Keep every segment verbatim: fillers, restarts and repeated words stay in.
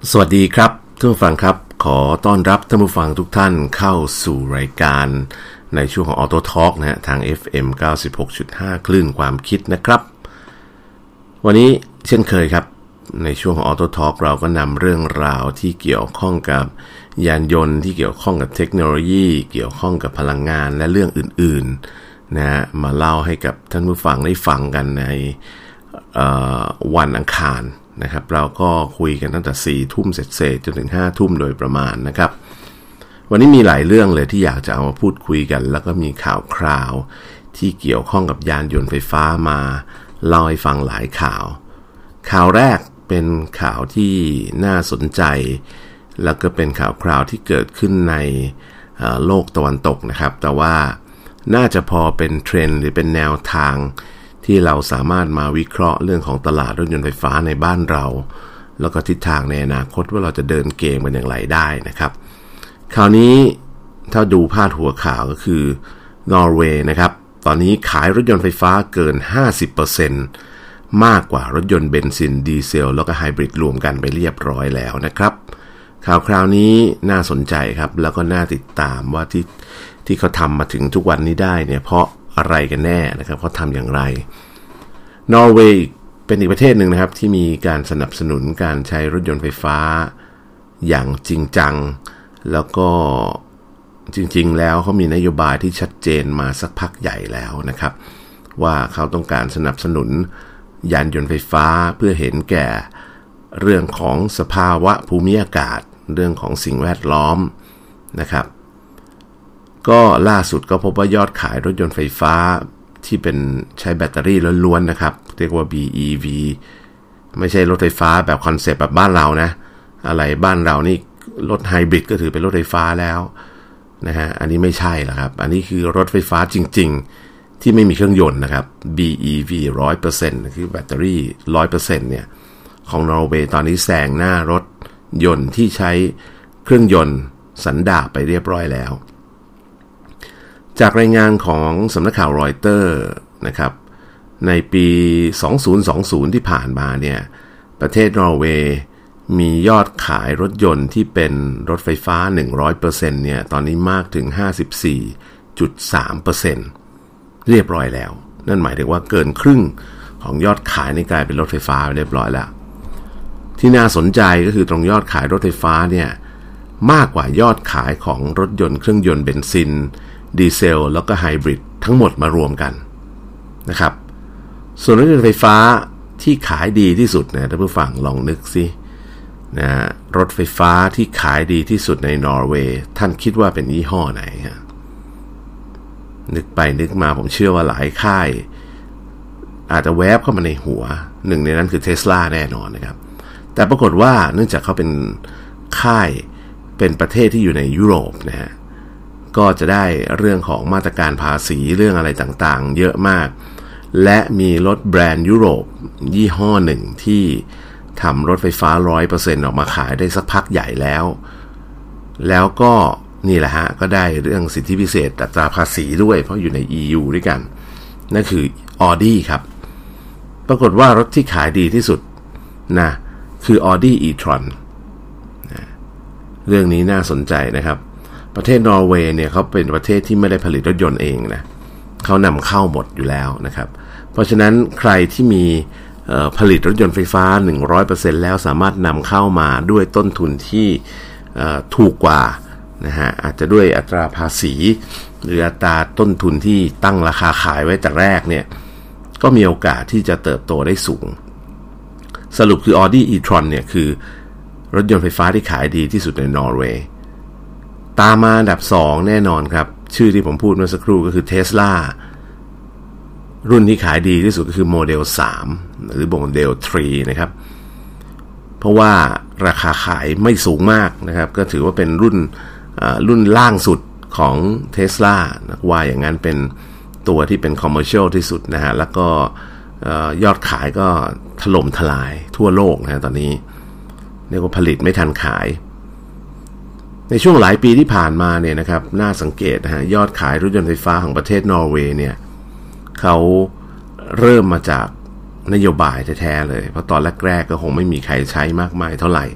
สวัสดีครับท่านผู้ฟังครับขอต้อนรับท่านผู้ฟังทุกท่านเข้าสู่รายการในช่วงของ Auto Talk นะฮะทาง เอฟ เอ็ม เก้าสิบหกจุดห้า คลื่นความคิดนะครับวันนี้เช่นเคยครับในช่วงของ Auto Talk เราก็นำเรื่องราวที่เกี่ยวข้องกับยานยนต์ที่เกี่ยวข้องกับเทคโนโลยีเกี่ยวข้องกับพลังงานและเรื่องอื่นๆนะฮะมาเล่าให้กับท่านผู้ฟังได้ฟังกันในวันอังคารนะครับเราก็คุยกันตั้งแต่สี่ทุ่มเสร็จๆจนถึงห้าทุ่มโดยประมาณนะครับวันนี้มีหลายเรื่องเลยที่อยากจะเอามาพูดคุยกันแล้วก็มีข่าวคราวที่เกี่ยวข้องกับยานยนต์ไฟฟ้ามาเล่าให้ฟังหลายข่าวข่าวแรกเป็นข่าวที่น่าสนใจแล้วก็เป็นข่าวคราวที่เกิดขึ้นในโลกตะวันตกนะครับแต่ว่าน่าจะพอเป็นเทรนด์หรือเป็นแนวทางที่เราสามารถมาวิเคราะห์เรื่องของตลาดรถยนต์ไฟฟ้าในบ้านเราแล้วก็ทิศทางในอนาคตว่าเราจะเดินเกมกันอย่างไรได้นะครับคราวนี้ถ้าดูพาดหัวข่าวก็คือนอร์เวย์นะครับตอนนี้ขายรถยนต์ไฟฟ้าเกิน ห้าสิบเปอร์เซ็นต์ มากกว่ารถยนต์เบนซินดีเซลแล้วก็ไฮบริดรวมกันไปเรียบร้อยแล้วนะครับข่าวคราวนี้น่าสนใจครับแล้วก็น่าติดตามว่าที่ที่เขาทำมาถึงทุกวันนี้ได้เนี่ยเพราะอะไรกันแน่นะครับเขาทำอย่างไรนอร์เวย์เป็นอีกประเทศหนึ่งนะครับที่มีการสนับสนุนการใช้รถยนต์ไฟฟ้าอย่างจริงจังแล้วก็จริงๆแล้วเขามีนโยบายที่ชัดเจนมาสักพักใหญ่แล้วนะครับว่าเขาต้องการสนับสนุนยานยนต์ไฟฟ้าเพื่อเห็นแก่เรื่องของสภาวะภูมิอากาศเรื่องของสิ่งแวดล้อมนะครับก็ล่าสุดก็พบว่ายอดขายรถยนต์ไฟฟ้าที่เป็นใช้แบตเตอรี่ล้วนๆนะครับเรียกว่า บี อี วี ไม่ใช่รถไฟฟ้าแบบคอนเซปต์แบบบ้านเรานะอะไรบ้านเรานี่รถไฮบริดก็ถือเป็นรถไฟฟ้าแล้วนะฮะอันนี้ไม่ใช่หรอกครับอันนี้คือรถไฟฟ้าจริงๆที่ไม่มีเครื่องยนต์นะครับ บี อี วี หนึ่งร้อยเปอร์เซ็นต์ คือแบตเตอรี่ หนึ่งร้อยเปอร์เซ็นต์ เนี่ยของนอร์เวย์ตอนนี้แซงหน้ารถยนต์ที่ใช้เครื่องยนต์สันดาปไปเรียบร้อยแล้วจากรายงานของสำนักข่าวรอยเตอร์นะครับในปีสองพันยี่สิบที่ผ่านมาเนี่ยประเทศนอร์เวย์มียอดขายรถยนต์ที่เป็นรถไฟฟ้า หนึ่งร้อยเปอร์เซ็นต์ เนี่ยตอนนี้มากถึง ห้าสิบสี่จุดสามเปอร์เซ็นต์ เรียบร้อยแล้วนั่นหมายถึงว่าเกินครึ่งของยอดขายนี่กลายเป็นรถไฟฟ้าเรียบร้อยแล้วที่น่าสนใจก็คือตรงยอดขายรถไฟฟ้าเนี่ยมากกว่ายอดขายของรถยนต์เครื่องยนต์เบนซินดีเซลแล้วก็ไฮบริดทั้งหมดมารวมกันนะครับส่วนรถยนต์ไฟฟ้าที่ขายดีที่สุดนะท่านผู้ฟังลองนึกสินะรถไฟฟ้าที่ขายดีที่สุดในนอร์เวย์ท่านคิดว่าเป็นยี่ห้อไหนฮะนึกไปนึกมาผมเชื่อว่าหลายค่ายอาจจะแวบเข้ามาในหัวหนึ่งในนั้นคือ Tesla แน่นอนนะครับแต่ปรากฏว่าเนื่องจากเขาเป็นค่ายเป็นประเทศที่อยู่ในยุโรปนะฮะก็จะได้เรื่องของมาตรการภาษีเรื่องอะไรต่างๆเยอะมากและมีรถแบรนด์ยุโรปยี่ห้อหนึ่งที่ทำรถไฟฟ้า หนึ่งร้อยเปอร์เซ็นต์ ออกมาขายได้สักพักใหญ่แล้วแล้วก็นี่แหละฮะก็ได้เรื่องสิทธิพิเศษอัตราภาษีด้วยเพราะอยู่ใน อี ยู ด้วยกันนั่นคือ Audi ครับปรากฏว่ารถที่ขายดีที่สุดนะคือ Audi e-tron นะเรื่องนี้น่าสนใจนะครับประเทศนอร์เวย์เนี่ยเขาเป็นประเทศที่ไม่ได้ผลิตรถยนต์เองนะเขานำเข้าหมดอยู่แล้วนะครับเพราะฉะนั้นใครที่มีผลิตรถยนต์ไฟฟ้า หนึ่งร้อยเปอร์เซ็นต์ แล้วสามารถนำเข้ามาด้วยต้นทุนที่ถูกกว่านะฮะอาจจะด้วยอัตราภาษีหรืออัตราต้นทุนที่ตั้งราคาขายไว้แต่แรกเนี่ยก็มีโอกาสที่จะเติบโตได้สูงสรุปคือ Audi e-tron เนี่ยคือรถยนต์ไฟฟ้าที่ขายดีที่สุดในนอร์เวย์ตามมาอันดับสองแน่นอนครับชื่อที่ผมพูดเมื่อสักครู่ก็คือ Tesla รุ่นที่ขายดีที่สุดก็คือโมเดลสามหรือโมเดลสามนะครับเพราะว่าราคาขายไม่สูงมากนะครับก็ถือว่าเป็นรุ่นรุ่นล่างสุดของ Tesla นะว่าอย่างนั้นเป็นตัวที่เป็น commercial ที่สุดนะฮะแล้วก็ยอดขายก็ถล่มทลายทั่วโลกนะตอนนี้เรียกว่าผลิตไม่ทันขายในช่วงหลายปีที่ผ่านมาเนี่ยนะครับน่าสังเกตนะฮะยอดขายรถยนต์ไฟฟ้าของประเทศนอร์เวย์เนี่ยเขาเริ่มมาจากนโยบายแท้ๆเลยเพราะตอนแรกๆก็คงไม่มีใครใช้มากมายเท่าไหร่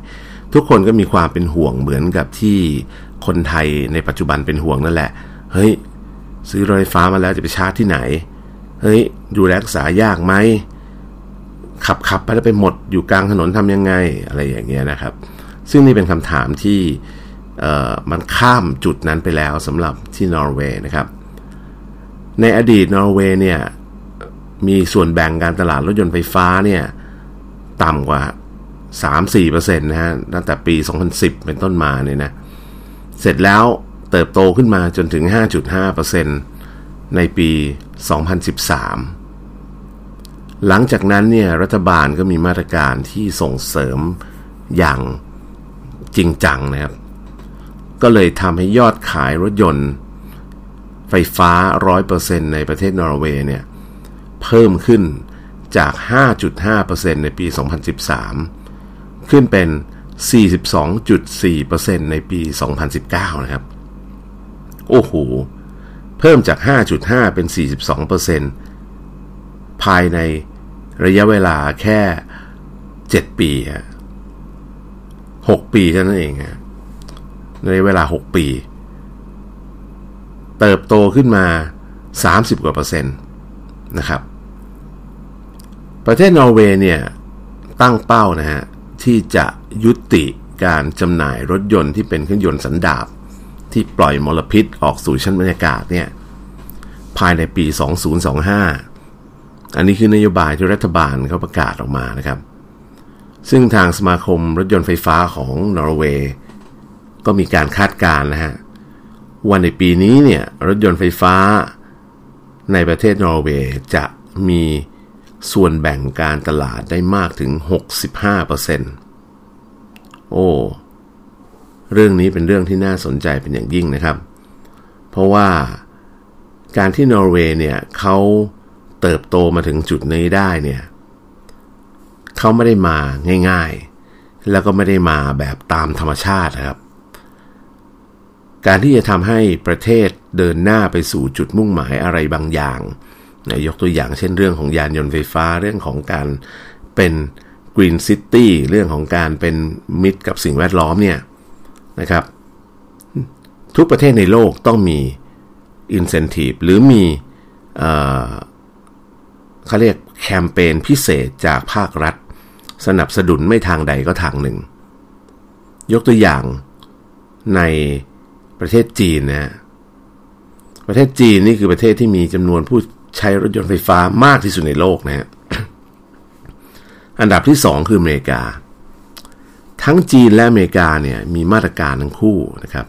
ทุกคนก็มีความเป็นห่วงเหมือนกับที่คนไทยในปัจจุบันเป็นห่วงนั่นแหละเฮ้ยซื้อรถไฟฟ้ามาแล้วจะไปชาร์จที่ไหนเฮ้ยดูแลรักษายากไหมขับขับไปแล้วไปหมดอยู่กลางถนนทำยังไงอะไรอย่างเงี้ยนะครับซึ่งนี่เป็นคำถามที่เอ่อมันข้ามจุดนั้นไปแล้วสำหรับที่นอร์เวย์นะครับในอดีตนอร์เวย์เนี่ยมีส่วนแบ่งการตลาดรถยนต์ไฟฟ้าเนี่ยต่ำกว่า สามถึงสี่เปอร์เซ็นต์ นะฮะตั้งแต่ปีสองพันสิบเป็นต้นมาเนี่ยนะเสร็จแล้วเติบโตขึ้นมาจนถึง ห้าจุดห้าเปอร์เซ็นต์ ในปีสองพันสิบสามหลังจากนั้นเนี่ยรัฐบาลก็มีมาตรการที่ส่งเสริมอย่างจริงจังนะครับก็เลยทำให้ยอดขายรถยนต์ไฟฟ้า หนึ่งร้อยเปอร์เซ็นต์ ในประเทศนอร์เวย์เนี่ยเพิ่มขึ้นจาก ห้าจุดห้าเปอร์เซ็นต์ ในปีสองพันสิบสามขึ้นเป็น สี่สิบสองจุดสี่เปอร์เซ็นต์ ในปีสองพันสิบเก้านะครับโอ้โหเพิ่มจาก ห้าจุดห้า เป็น สี่สิบสองเปอร์เซ็นต์ ภายในระยะเวลาแค่เจ็ดปีฮะหกปีเท่านั้นเองฮะในเวลาหกปีเติบโตขึ้นมาสามสิบกว่าเปอร์เซ็นต์นะครับประเทศนอร์เวย์เนี่ยตั้งเป้านะฮะที่จะยุติการจำหน่ายรถยนต์ที่เป็นเครื่องยนต์สันดาปที่ปล่อยมลพิษออกสู่ชั้นบรรยากาศเนี่ยภายในปีสองพันยี่สิบห้าอันนี้คือนโยบายที่รัฐบาลเขาประกาศออกมานะครับซึ่งทางสมาคมรถยนต์ไฟฟ้าของนอร์เวย์ก็มีการคาดการณ์นะฮะว่าในปีนี้เนี่ยรถยนต์ไฟฟ้าในประเทศนอร์เวย์จะมีส่วนแบ่งการตลาดได้มากถึง หกสิบห้าเปอร์เซ็นต์ โอ้เรื่องนี้เป็นเรื่องที่น่าสนใจเป็นอย่างยิ่งนะครับเพราะว่าการที่นอร์เวย์เนี่ยเขาเติบโตมาถึงจุดนี้ได้เนี่ยเขาไม่ได้มาง่ายๆแล้วก็ไม่ได้มาแบบตามธรรมชาตินะครับการที่จะทำให้ประเทศเดินหน้าไปสู่จุดมุ่งหมายอะไรบางอย่างยกตัวอย่างเช่นเรื่องของยานยนต์ไฟฟ้าเรื่องของการเป็น Green City เรื่องของการเป็นมิตรกับสิ่งแวดล้อมเนี่ยนะครับทุกประเทศในโลกต้องมี incentive หรือมีเอ่อเขาเรียกแคมเปญพิเศษจากภาครัฐสนับสนุนไม่ทางใดก็ทางหนึ่งยกตัวอย่างในประเทศจีนนะประเทศจีนนี่คือประเทศที่มีจำนวนผู้ใช้รถยนต์ไฟฟ้ามากที่สุดในโลกนะฮะ อันดับที่สองคืออเมริกาทั้งจีนและอเมริกาเนี่ยมีมาตรการทั้งคู่นะครับ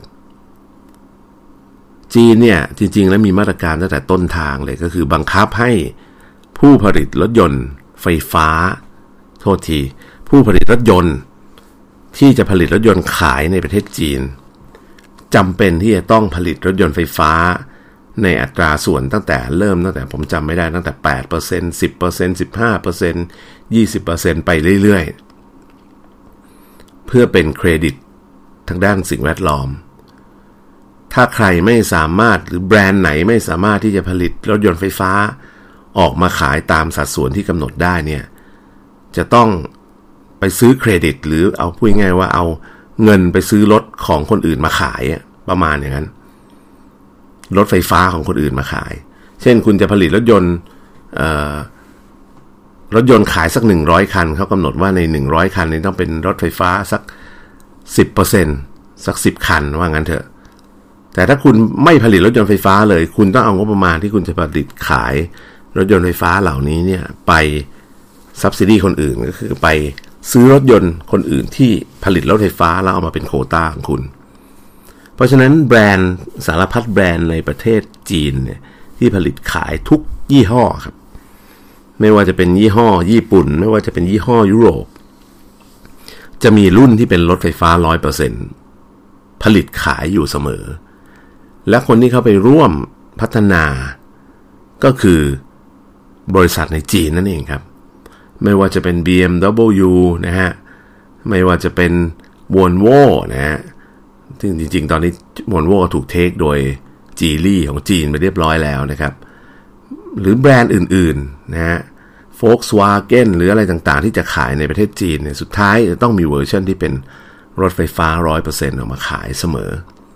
จีนเนี่ยจริงๆแล้วมีมาตรการตั้งแต่ต้นทางเลยก็คือบังคับให้ผู้ผลิตรถยนต์ไฟฟ้าโทษทีผู้ผลิตรถยนต์ที่จะผลิตรถยนต์ขายในประเทศจีนจำเป็นที่จะต้องผลิตรถยนต์ไฟฟ้าในอัตราส่วนตั้งแต่เริ่มตั้งแต่ผมจำไม่ได้ตั้งแต่ แปดเปอร์เซ็นต์ สิบเปอร์เซ็นต์ สิบห้าเปอร์เซ็นต์ ยี่สิบเปอร์เซ็นต์ ไปเรื่อยๆเพื่อเป็นเครดิตทางด้านสิ่งแวดล้อมถ้าใครไม่สามารถหรือแบรนด์ไหนไม่สามารถที่จะผลิตรถยนต์ไฟฟ้าออกมาขายตามสัดส่วนที่กำหนดได้เนี่ยจะต้องไปซื้อเครดิตหรือเอาพูดง่ายๆว่าเอาเงินไปซื้อรถของคนอื่นมาขายประมาณอย่างนั้นรถไฟฟ้าของคนอื่นมาขายเช่นคุณจะผลิตรถยนต์รถยนต์ขายสักหนึ่งร้อยคันเขากำหนดว่าในหนึ่งร้อยคันนี้ต้องเป็นรถไฟฟ้าสัก สิบเปอร์เซ็นต์ สักสิบคันว่างั้นเถอะแต่ถ้าคุณไม่ผลิตรถยนต์ไฟฟ้าเลยคุณต้องเอางบประมาณที่คุณจะผลิตขายรถยนต์ไฟฟ้าเหล่านี้เนี่ยไปซับซิดีคนอื่นก็คือไปซื้อรถยนต์คนอื่นที่ผลิตรถไฟฟ้าแล้วเอามาเป็นโควต้าของคุณเพราะฉะนั้นแบรนด์สารพัดแบรนด์ในประเทศจีนเนี่ยที่ผลิตขายทุกยี่ห้อครับไม่ว่าจะเป็นยี่ห้อญี่ปุ่นไม่ว่าจะเป็นยี่ห้อยุโรปจะมีรุ่นที่เป็นรถไฟฟ้า หนึ่งร้อยเปอร์เซ็นต์ ผลิตขายอยู่เสมอและคนที่เข้าไปร่วมพัฒนาก็คือบริษัทในจีนนั่นเองครับไม่ว่าจะเป็น บี เอ็ม ดับเบิลยู นะฮะไม่ว่าจะเป็น Volvo นะฮะซึ่งจริงๆตอนนี้ Volvo ถูกเทคโดย Geely ของจีนไปเรียบร้อยแล้วนะครับหรือแบรนด์อื่นๆนะฮะ Volkswagen หรืออะไรต่างๆที่จะขายในประเทศจีนเนี่ยสุดท้ายจะต้องมีเวอร์ชันที่เป็นรถไฟฟ้า ร้อยเปอร์เซ็นต์ ออกมาขายเสมอ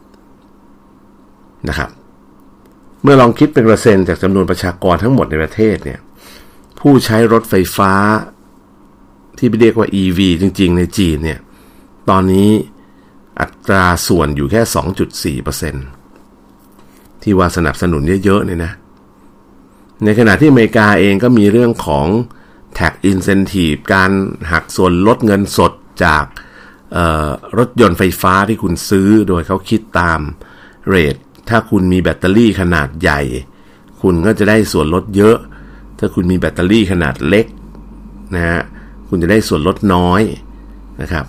นะครับเมื่อลองคิดเป็นเปอร์เซ็นต์จากจำนวนประชากรทั้งหมดในประเทศเนี่ยผู้ใช้รถไฟฟ้าที่เรียกว่า อี วี จริงๆในจีนเนี่ยตอนนี้อัตราส่วนอยู่แค่ สองจุดสี่เปอร์เซ็นต์ ที่ว่าสนับสนุนเยอะๆเนี่ยนะในขณะที่อเมริกาเองก็มีเรื่องของ tax incentive การหักส่วนลดเงินสดจากรถยนต์ไฟฟ้าที่คุณซื้อโดยเขาคิดตามเรทถ้าคุณมีแบตเตอรี่ขนาดใหญ่คุณก็จะได้ส่วนลดเยอะถ้าคุณมีแบตเตอรี่ขนาดเล็กนะฮะคุณจะได้ส่วนลดน้อยนะครับ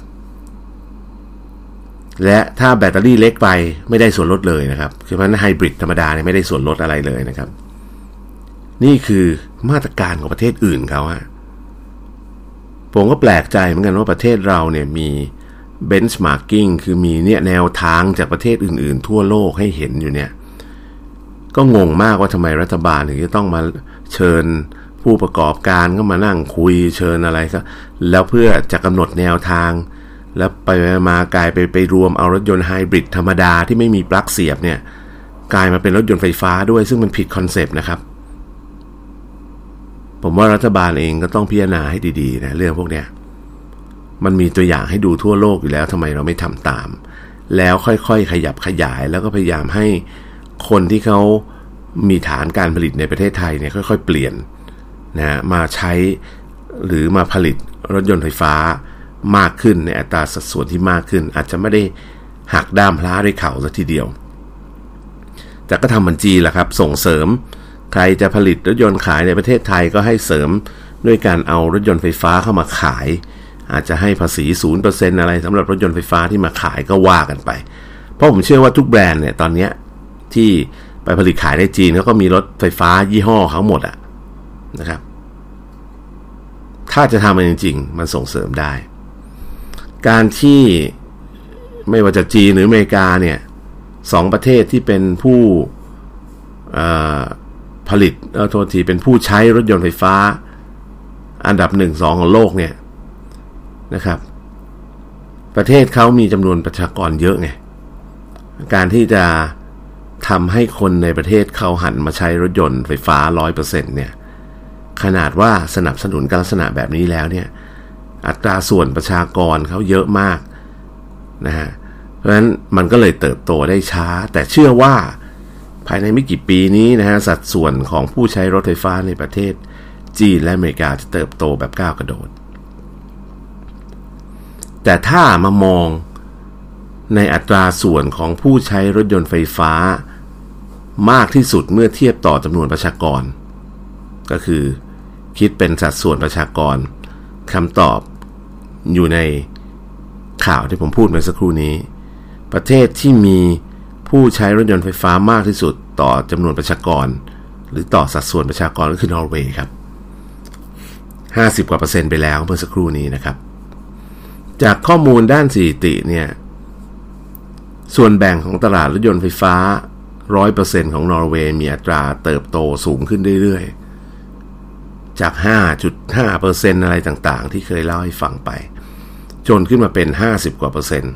และถ้าแบตเตอรี่เล็กไปไม่ได้ส่วนลดเลยนะครับคือเพราะฉะนั้นไฮบริดธรรมดาเนี่ยไม่ได้ส่วนลดอะไรเลยนะครับนี่คือมาตรการของประเทศอื่นเขาฮะผมก็แปลกใจเหมือนกันว่าประเทศเราเนี่ยมีbenchmarking คือมีเนี่ยแนวทางจากประเทศอื่นๆทั่วโลกให้เห็นอยู่เนี่ยก็งงมากว่าทำไมรัฐบาลถึงจะต้องมาเชิญผู้ประกอบการก็มานั่งคุยเชิญอะไรก็แล้วเพื่อจะกำหนดแนวทางแล้วไปมากลายไปไปรวมเอารถยนต์ไฮบริดธรรมดาที่ไม่มีปลั๊กเสียบเนี่ยกลายมาเป็นรถยนต์ไฟฟ้าด้วยซึ่งมันผิดคอนเซปต์นะครับผมว่ารัฐบาลเองก็ต้องพิจารณาให้ดีๆนะเรื่องพวกเนี้ยมันมีตัวอย่างให้ดูทั่วโลกอยู่แล้วทำไมเราไม่ทำตามแล้วค่อยๆขยับขยายแล้วก็พยายามให้คนที่เขามีฐานการผลิตในประเทศไทยเนี่ยค่อยๆเปลี่ยนนะมาใช้หรือมาผลิตรถยนต์ไฟฟ้ามากขึ้นในอัตราสัดส่วนที่มากขึ้นอาจจะไม่ได้หักด้ามพล้าด้วยเข่าซะทีเดียวแต่ก็ทำบัญชีแหละครับส่งเสริมใครจะผลิตรถยนต์ขายในประเทศไทยก็ให้เสริมด้วยการเอารถยนต์ไฟฟ้าเข้ามาขายอาจจะให้ภาษี ศูนย์เปอร์เซ็นต์ อะไรสำหรับรถยนต์ไฟฟ้าที่มาขายก็ว่ากันไปเพราะผมเชื่อว่าทุกแบรนด์เนี่ยตอนนี้ที่ไปผลิตขายในจีนเขาก็มีรถไฟฟ้ายี่ห้อเขาหมดอะนะครับถ้าจะทำมันจริงๆมันส่งเสริมได้การที่ไม่ว่าจะจีนหรืออเมริกาเนี่ยสองประเทศที่เป็นผู้ผลิตเอาโทษทีเป็นผู้ใช้รถยนต์ไฟฟ้าอันดับหนึ่งสองของโลกเนี่ยนะครับประเทศเขามีจำนวนประชากรเยอะไงการที่จะทำให้คนในประเทศเขาหันมาใช้รถยนต์ไฟฟ้า ร้อยเปอร์เซ็นต์ เนี่ยขนาดว่าสนับสนุนการลักษณะแบบนี้แล้วเนี่ยอัตราส่วนประชากรเขาเยอะมากนะฮะเพราะฉะนั้นมันก็เลยเติบโตได้ช้าแต่เชื่อว่าภายในไม่กี่ปีนี้นะฮะสัดส่วนของผู้ใช้รถไฟฟ้าในประเทศจีนและอเมริกาจะเติบโตแบบก้าวกระโดดแต่ถ้ามามองในอัตราส่วนของผู้ใช้รถยนต์ไฟฟ้ามากที่สุดเมื่อเทียบต่อจำนวนประชากรก็คือคิดเป็นสัดส่วนประชากรคำตอบอยู่ในข่าวที่ผมพูดเมื่อสักครู่นี้ประเทศที่มีผู้ใช้รถยนต์ไฟฟ้ามากที่สุดต่อจำนวนประชากรหรือต่อสัดส่วนประชากรก็คือนอร์เวย์ครับห้าสิบกว่าเปอร์เซ็นต์ไปแล้วเมื่อสักครู่นี้นะครับจากข้อมูลด้านสถิติเนี่ยส่วนแบ่งของตลาดรถยนต์ไฟฟ้า ร้อยเปอร์เซ็นต์ ของนอร์เวย์มีอัตราเติบโตสูงขึ้นเรื่อยๆจาก ห้าจุดห้าเปอร์เซ็นต์ อะไรต่างๆที่เคยเล่าให้ฟังไปจนขึ้นมาเป็นห้าสิบกว่าเปอร์เซ็นต์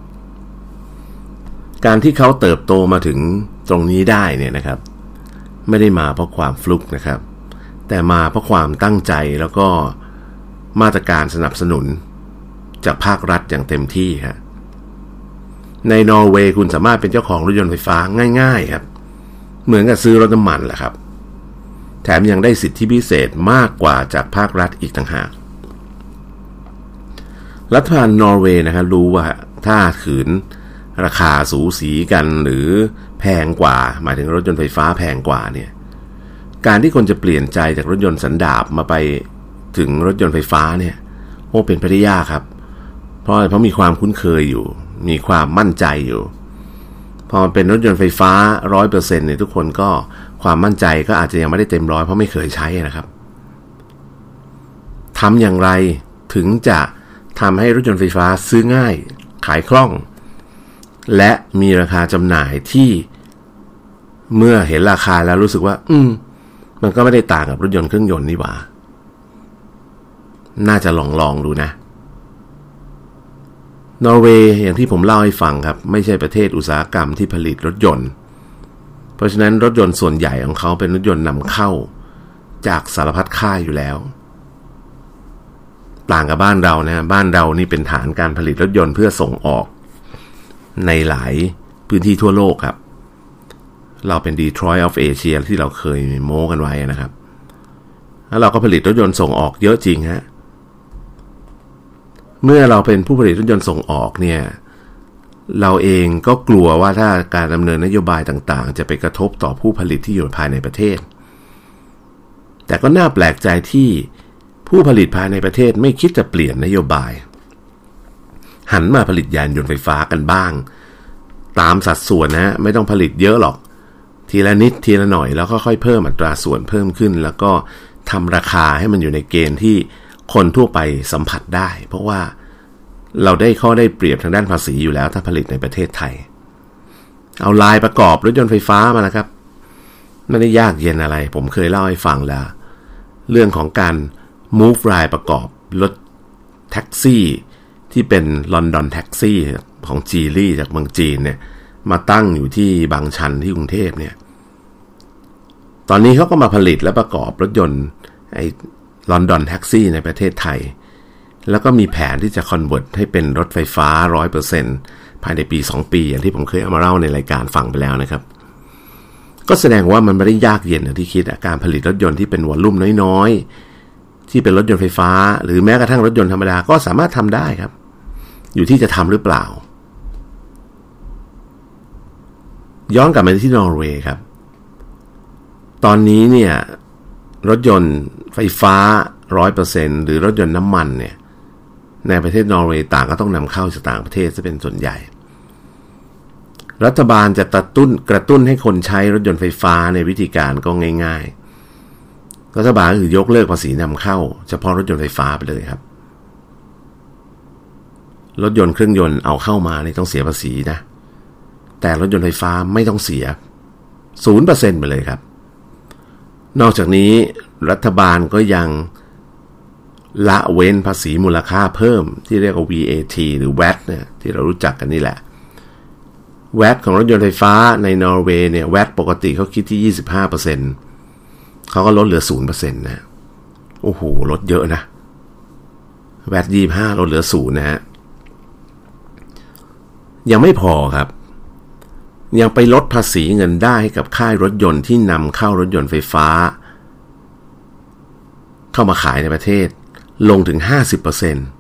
การที่เขาเติบโตมาถึงตรงนี้ได้เนี่ยนะครับไม่ได้มาเพราะความฟลุกนะครับแต่มาเพราะความตั้งใจแล้วก็มาตรการสนับสนุนจากภาครัฐอย่างเต็มที่ฮะในนอร์เวย์คุณสามารถเป็นเจ้าของรถยนต์ไฟฟ้าง่ายๆครับเหมือนกับซื้อรถน้ำมันแหละครับแถมยังได้สิทธิพิเศษมากกว่าจากภาครัฐอีกต่างหากรัฐบาลนอร์เวย์นะครับรู้ว่าถ้าขืนราคาสูสีกันหรือแพงกว่าหมายถึงรถยนต์ไฟฟ้าแพงกว่าเนี่ยการที่คนจะเปลี่ยนใจจากรถยนต์สันดาปมาไปถึงรถยนต์ไฟฟ้าเนี่ยโอ้เป็นไปได้ยากครับเพราะเพราะมีความคุ้นเคยอยู่มีความมั่นใจอยู่พอมันเป็นรถยนต์ไฟฟ้า ร้อยเปอร์เซ็นต์ เนี่ยทุกคนก็ความมั่นใจก็อาจจะยังไม่ได้เต็มร้อยเพราะไม่เคยใช้นะครับทำอย่างไรถึงจะทำให้รถยนต์ไฟฟ้าซื้อง่ายขายคล่องและมีราคาจำหน่ายที่เมื่อเห็นราคาแล้วรู้สึกว่าอืมมันก็ไม่ได้ต่างกับรถยนต์เครื่องยนต์นี่หว่าน่าจะลองลองดูนะนอร์เวย์อย่างที่ผมเล่าให้ฟังครับไม่ใช่ประเทศอุตสาหกรรมที่ผลิตรถยนต์เพราะฉะนั้นรถยนต์ส่วนใหญ่ของเขาเป็นรถยนต์นำเข้าจากสารพัดค่ายอยู่แล้วต่างกับบ้านเรานะบ้านเรานี่เป็นฐานการผลิตรถยนต์เพื่อส่งออกในหลายพื้นที่ทั่วโลกครับเราเป็น Detroit of Asia ที่เราเคยโม้กันไว้นะครับแล้วเราก็ผลิตรถยนต์ส่งออกเยอะจริงฮะเมื่อเราเป็นผู้ผลิตรถยนต์ส่งออกเนี่ยเราเองก็กลัวว่าถ้าการดำเนินนโยบายต่างๆจะไปกระทบต่อผู้ผลิตที่อยู่ภายในประเทศแต่ก็น่าแปลกใจที่ผู้ผลิตภายในประเทศไม่คิดจะเปลี่ยนนโยบายหันมาผลิตยานยนต์ไฟฟ้ากันบ้างตามสัดส่วนนะไม่ต้องผลิตเยอะหรอกทีละนิดทีละหน่อยแล้วก็ค่อยเพิ่มอัตราส่วนเพิ่มขึ้นแล้วก็ทำราคาให้มันอยู่ในเกณฑ์ที่คนทั่วไปสัมผัสได้เพราะว่าเราได้ข้อได้เปรียบทางด้านภาษีอยู่แล้วถ้าผลิตในประเทศไทยเอาลายประกอบรถยนต์ไฟฟ้ามานะครับไม่ได้ยากเย็นอะไรผมเคยเล่าให้ฟังแล้วเรื่องของการ move ลายประกอบรถแท็กซี่ที่เป็นลอนดอนแท็กซี่ของจีลี่จากเมืองจีนเนี่ยมาตั้งอยู่ที่บางชันที่กรุงเทพเนี่ยตอนนี้เขาก็มาผลิตและประกอบรถยนต์ไอ้ลอนดอนแท็กซี่ในประเทศไทยแล้วก็มีแผนที่จะคอนเวิร์ตให้เป็นรถไฟฟ้า ร้อยเปอร์เซ็นต์ ภายในปีสองปีอย่างที่ผมเคยเอามาเล่าในรายการฟังไปแล้วนะครับก็แสดงว่ามันไม่ได้ยากเย็นอย่างที่คิดการผลิตรถยนต์ที่เป็นวอลลุ่มน้อยๆที่เป็นรถยนต์ไฟฟ้าหรือแม้กระทั่งรถยนต์ธรรมดาก็สามารถทำได้ครับอยู่ที่จะทำหรือเปล่าย้อนกลับมาที่นอร์เวย์ครับตอนนี้เนี่ยรถยนต์ไฟฟ้า ร้อยเปอร์เซ็นต์ หรือรถยนต์น้ำมันเนี่ยในประเทศนอร์เวย์ต่างก็ต้องนำเข้าจากต่างประเทศจะเป็นส่วนใหญ่รัฐบาลจะกระตุ้นกระตุ้นให้คนใช้รถยนต์ไฟฟ้าในวิธีการก็ง่ายๆรัฐบาลก็คือยกเลิกภาษีนำเข้าเฉพาะรถยนต์ไฟฟ้าไปเลยครับรถยนต์เครื่องยนต์เอาเข้ามานี่ต้องเสียภาษีนะแต่รถยนต์ไฟฟ้าไม่ต้องเสีย ศูนย์เปอร์เซ็นต์ ไปเลยครับนอกจากนี้รัฐบาลก็ยังละเว้นภาษีมูลค่าเพิ่มที่เรียกว่า วี เอ ที หรือ แวต เนี่ยที่เรารู้จักกันนี่แหละ แวต ของรถยนต์ไฟฟ้าในนอร์เวย์เนี่ย แวต ปกติเขาคิดที่ ยี่สิบห้าเปอร์เซ็นต์ เขาก็ลดเหลือ ศูนย์เปอร์เซ็นต์ นะโอ้โหลดเยอะนะ แวต ยี่สิบห้า ลดเหลือ ศูนย์ นะฮะยังไม่พอครับยังไปลดภาษีเงินได้ให้กับค่ายรถยนต์ที่นำเข้ารถยนต์ไฟฟ้าเข้ามาขายในประเทศลงถึง ห้าสิบเปอร์เซ็นต์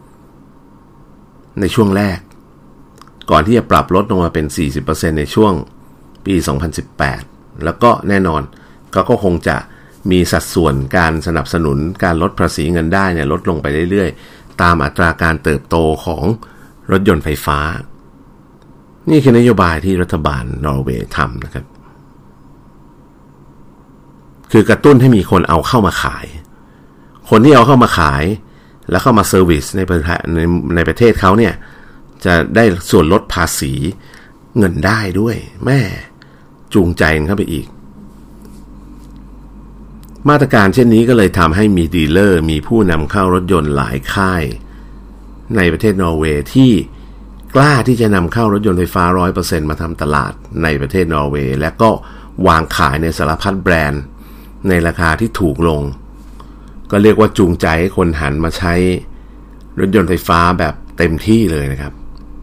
ในช่วงแรกก่อนที่จะปรับลดลงมาเป็น สี่สิบเปอร์เซ็นต์ ในช่วงปีสองพันสิบแปดแล้วก็แน่นอนก็ก็คงจะมีสัดส่วนการสนับสนุนการลดภาษีเงินได้เนี่ยลดลงไปเรื่อยๆตามอัตราการเติบโตของรถยนต์ไฟฟ้านี่คือนโยบายที่รัฐบาลนอร์เวย์ทำนะครับคือกระตุ้นให้มีคนเอาเข้ามาขายคนที่เอาเข้ามาขายแล้วเข้ามาเซอร์วิสในประเทศในในประเทศเขาเนี่ยจะได้ส่วนลดภาษีเงินได้ด้วยแม่จูงใจเข้าไปอีกมาตรการเช่นนี้ก็เลยทำให้มีดีลเลอร์มีผู้นำเข้ารถยนต์หลายค่ายในประเทศนอร์เวย์ที่กล้าที่จะนำเข้ารถยนต์ไฟฟ้า ร้อยเปอร์เซ็นต์ มาทำตลาดในประเทศนอร์เวย์และก็วางขายในสารพัดแบรนด์ในราคาที่ถูกลงก็เรียกว่าจูงใจให้คนหันมาใช้รถยนต์ไฟฟ้าแบบเต็มที่เลยนะครับ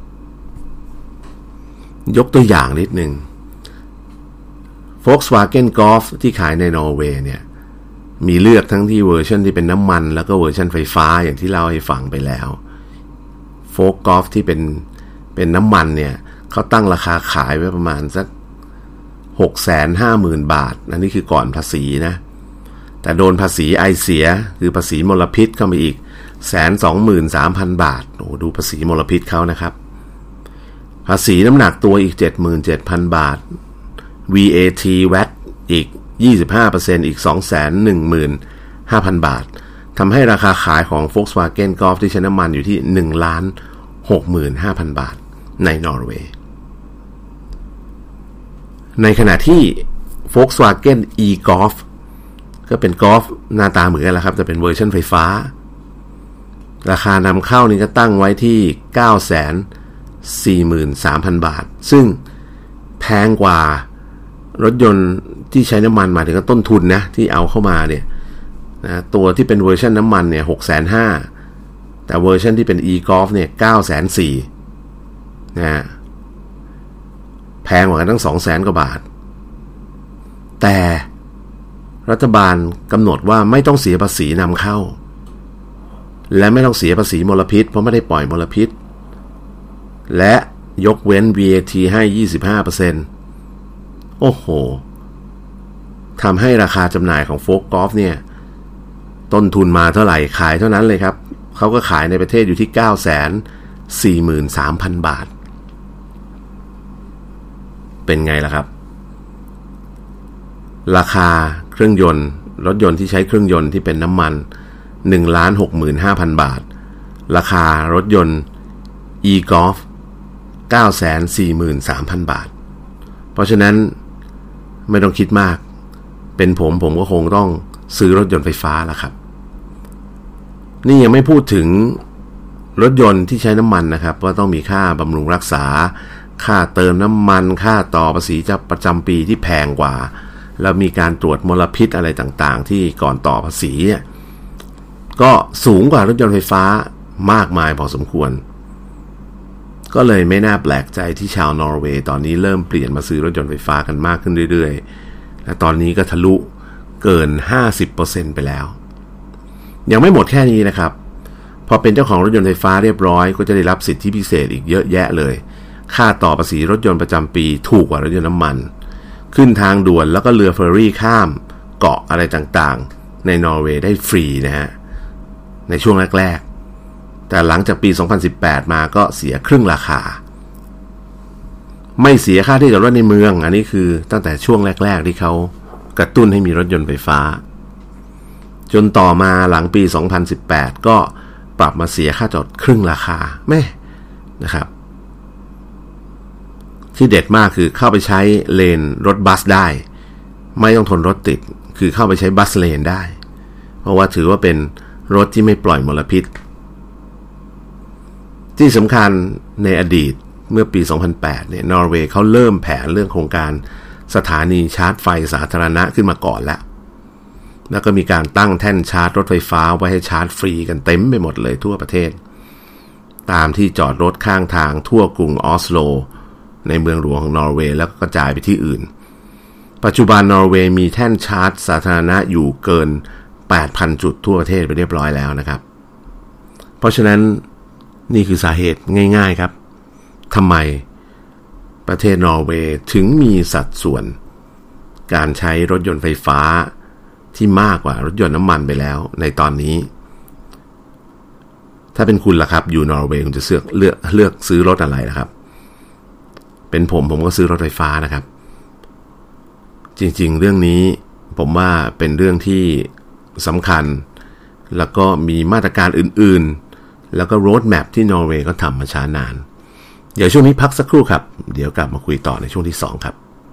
ยกตัวอย่างนิดนึง Volkswagen Golf ที่ขายในนอร์เวย์เนี่ยมีเลือกทั้งที่เวอร์ชันที่เป็นน้ำมันแล้วก็เวอร์ชันไฟฟ้าอย่างที่เล่าให้ฟังไปแล้ว Volkswagen Golf ที่เป็นเป็นน้ำมันเนี่ยเขาตั้งราคาขายไว้ประมาณสัก หกแสนห้าหมื่น บาทอันนี้คือก่อนภาษีนะแต่โดนภาษีไอเสียคือภาษีมลพิษเข้ามาอีก หนึ่งแสนสองหมื่นสามพัน บาทโอ้ดูภาษีมลพิษเขานะครับภาษีน้ำหนักตัวอีก เจ็ดหมื่นเจ็ดพัน บาท วี เอ ที แวต อีก ยี่สิบห้าเปอร์เซ็นต์ อีก สองแสนหนึ่งหมื่นห้าพัน บาททำให้ราคาขายของ Volkswagen Golf ที่ใช้น้ำมันอยู่ที่ หนึ่งล้านหกหมื่นห้าพัน บาทในนอร์เวย์ในขณะที่ Volkswagen e-Golf ก็เป็นกอล์ฟหน้าตาเหมือนกันแหละครับแต่เป็นเวอร์ชันไฟฟ้าราคานำเข้านี่ก็ตั้งไว้ที่ เก้าแสนสี่หมื่นสามพัน บาทซึ่งแพงกว่ารถยนต์ที่ใช้น้ำมันหมายถึงต้นทุนนะที่เอาเข้ามาเนี่ยนะตัวที่เป็นเวอร์ชันน้ำมันเนี่ย หกแสนห้าหมื่น แต่เวอร์ชันที่เป็น e-golf เนี่ย เก้าแสนสี่หมื่น นะแพงกว่ากันตั้ง สองแสน กว่าบาทแต่รัฐบาลกำหนดว่าไม่ต้องเสียภาษีนำเข้าและไม่ต้องเสียภาษีมลพิษเพราะไม่ได้ปล่อยมลพิษและยกเว้น วี เอ ที ให้ ยี่สิบห้าเปอร์เซ็นต์ โอ้โหทำให้ราคาจำหน่ายของโฟล์คกอล์ฟเนี่ยต้นทุนมาเท่าไหร่ขายเท่านั้นเลยครับเขาก็ขายในประเทศอยู่ที่ เก้าแสนสี่หมื่นสามพัน บาทเป็นไงล่ะครับราคาเครื่องยนต์รถยนต์ที่ใช้เครื่องยนต์ที่เป็นน้ำมัน หนึ่งล้านหกหมื่นห้าพัน บาทราคารถยนต์ e-golf เก้าแสนสี่หมื่นสามพัน บาทเพราะฉะนั้นไม่ต้องคิดมากเป็นผมผมก็คงต้องซื้อรถยนต์ไฟฟ้าละครับนี่ยังไม่พูดถึงรถยนต์ที่ใช้น้ำมันนะครับว่าต้องมีค่าบำรุงรักษาค่าเติมน้ำมันค่าต่อภาษีประจำปีที่แพงกว่าแล้วมีการตรวจมลพิษอะไรต่างๆที่ก่อนต่อภาษีก็สูงกว่ารถยนต์ไฟฟ้ามากมายพอสมควรก็เลยไม่น่าแปลกใจที่ชาวนอร์เวย์ตอนนี้เริ่มเปลี่ยนมาซื้อรถยนต์ไฟฟ้ากันมากขึ้นเรื่อยๆและตอนนี้ก็ทะลุเกิน ห้าสิบเปอร์เซ็นต์ ไปแล้วยังไม่หมดแค่นี้นะครับพอเป็นเจ้าของรถยนต์ไฟฟ้าเรียบร้อยก็จะได้รับสิทธิพิเศษอีกเยอะแยะเลยค่าต่อภาษีรถยนต์ประจำปีถูกกว่ารถยนต์น้ำมันขึ้นทางด่วนแล้วก็เรือเฟอร์รี่ข้ามเกาะอะไรต่างๆในนอร์เวย์ได้ฟรีนะฮะในช่วงแรกๆแต่หลังจากปีสองพันสิบแปดมาก็เสียครึ่งราคาไม่เสียค่าที่จอดรถในเมืองอันนี้คือตั้งแต่ช่วงแรกๆที่เขากระตุ้นให้มีรถยนต์ไฟฟ้าจนต่อมาหลังปีสองพันสิบแปดก็ปรับมาเสียค่าจอดครึ่งราคาแม่นะครับที่เด็ดมากคือเข้าไปใช้เลนรถบัสได้ไม่ต้องทนรถติดคือเข้าไปใช้บัสเลนได้เพราะว่าถือว่าเป็นรถที่ไม่ปล่อยมลพิษที่สำคัญในอดีตเมื่อปีสองพันแปดเนี่ยนอร์เวย์เขาเริ่มแผนเรื่องโครงการสถานีชาร์จไฟสาธารณะขึ้นมาก่อนแล้วแล้วก็มีการตั้งแท่นชาร์จรถไฟฟ้าไว้ให้ชาร์จฟรีกันเต็มไปหมดเลยทั่วประเทศตามที่จอดรถข้างทางทั่วกรุงออสโลในเมืองหลวงของนอร์เวย์แล้วก็กระจายไปที่อื่นปัจจุบันนอร์เวย์มีแท่นชาร์จสาธารณะอยู่เกิน แปดพัน จุดทั่วประเทศไปเรียบร้อยแล้วนะครับเพราะฉะนั้นนี่คือสาเหตุง่ายๆครับทำไมประเทศนอร์เวย์ถึงมีสัดส่วนการใช้รถยนต์ไฟฟ้าที่มากกว่ารถยนต์น้ำมันไปแล้วในตอนนี้ถ้าเป็นคุณล่ะครับอยู่นอร์เวย์คุณจะเลือกเลือกเลือกซื้อรถอะไรล่ะครับเป็นผมผมก็ซื้อรถไฟฟ้านะครับจริงๆเรื่องนี้ผมว่าเป็นเรื่องที่สำคัญแล้วก็มีมาตรการอื่นๆแล้วก็โรดแมปที่นอร์เวย์ก็ทำมาช้านานเดี๋ยวช่วงนี้พักสักครู่ครับเดี๋ยวกลับมาคุยต่อในช่วงที่สองครับ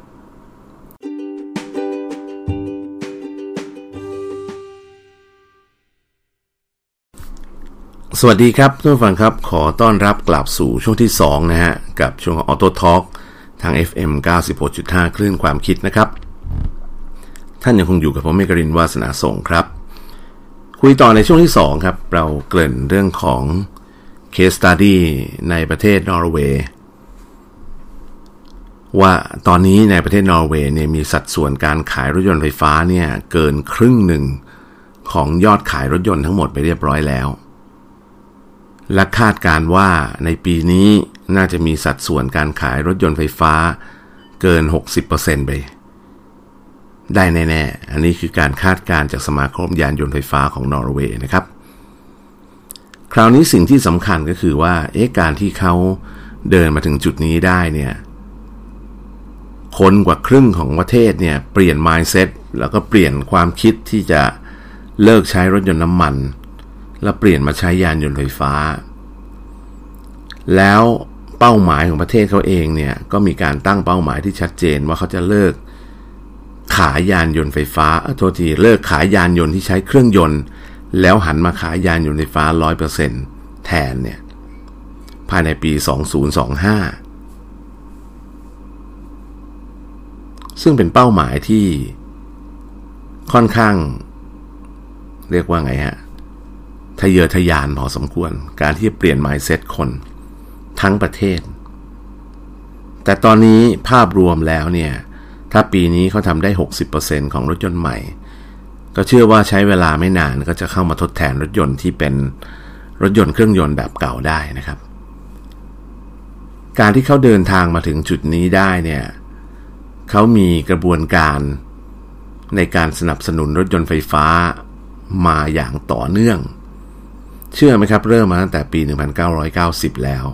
สวัสดีครับท่านผู้ฟังครับขอต้อนรับกลับสู่ช่วงที่สองนะฮะกับช่วงของ Auto Talk ทาง เอฟ เอ็ม เก้าสิบหกจุดห้า คลื่นความคิดนะครับท่านยังคงอยู่กับผมเมกรินทร์วาสนาส่งครับคุยต่อในช่วงที่สองครับเราเกริ่นเรื่องของ Case Study ในประเทศนอร์เวย์ว่าตอนนี้ในประเทศนอร์เวย์เนี่ยมีสัดส่วนการขายรถยนต์ไฟฟ้าเนี่ยเกินครึ่งหนึ่งของยอดขายรถยนต์ทั้งหมดไปเรียบร้อยแล้วและคาดการว่าในปีนี้น่าจะมีสัดส่วนการขายรถยนต์ไฟฟ้าเกิน หกสิบเปอร์เซ็นต์ ไปได้แน่ๆอันนี้คือการคาดการณ์จากสมาคมยานยนต์ไฟฟ้าของนอร์เวย์นะครับคราวนี้สิ่งที่สำคัญก็คือว่าเอ๊ะการที่เขาเดินมาถึงจุดนี้ได้เนี่ยคนกว่าครึ่งของประเทศเนี่ยเปลี่ยน mindset แล้วก็เปลี่ยนความคิดที่จะเลิกใช้รถยนต์น้ำมันแล้วเปลี่ยนมาใช้ยานยนต์ไฟฟ้าแล้วเป้าหมายของประเทศเขาเองเนี่ยก็มีการตั้งเป้าหมายที่ชัดเจนว่าเขาจะเลิกขายยานยนต์ไฟฟ้าโทษทีเลิกขายยานยนต์ที่ใช้เครื่องยนต์แล้วหันมาขายยานยนต์ไฟฟ้า ร้อยเปอร์เซ็นต์ แทนเนี่ยภายในปีสองพันยี่สิบห้าซึ่งเป็นเป้าหมายที่ค่อนข้างเรียกว่าไงฮะทะเยอทะยานพอสมควรการที่จะเปลี่ยน mindset คนทั้งประเทศแต่ตอนนี้ภาพรวมแล้วเนี่ยถ้าปีนี้เขาทำได้ หกสิบเปอร์เซ็นต์ ของรถยนต์ใหม่ก็เชื่อว่าใช้เวลาไม่นานก็จะเข้ามาทดแทนรถยนต์ที่เป็นรถยนต์เครื่องยนต์แบบเก่าได้นะครับการที่เขาเดินทางมาถึงจุดนี้ได้เนี่ยเขามีกระบวนการในการสนับสนุนรถยนต์ไฟฟ้ามาอย่างต่อเนื่องเชื่อไหมครับเริ่มมาตั้งแต่ปีหนึ่งพันเก้าร้อยเก้าสิบแล้ว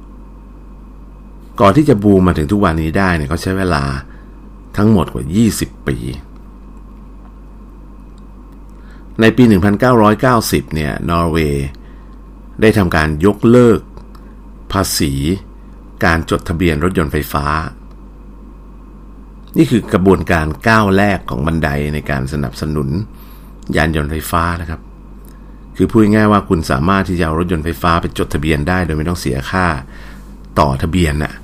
ก่อนที่จะบูมมาถึงทุกวันนี้ได้เนี่ยเขาใช้เวลาทั้งหมดกว่ายี่สิบปีในปีหนึ่งพันเก้าร้อยเก้าสิบเนี่ยนอร์เวย์ได้ทำการยกเลิกภาษีการจดทะเบียนรถยนต์ไฟฟ้านี่คือกระบวนการก้าวแรกของบันไดในการสนับสนุนยานยนต์ไฟฟ้านะครับคือพูดง่ายๆว่าคุณสามารถที่จะเอารถยนต์ไฟฟ้าไปจดทะเบียนได้โดยไม่ต้องเสียค่าต่อทะเบียนน่ะ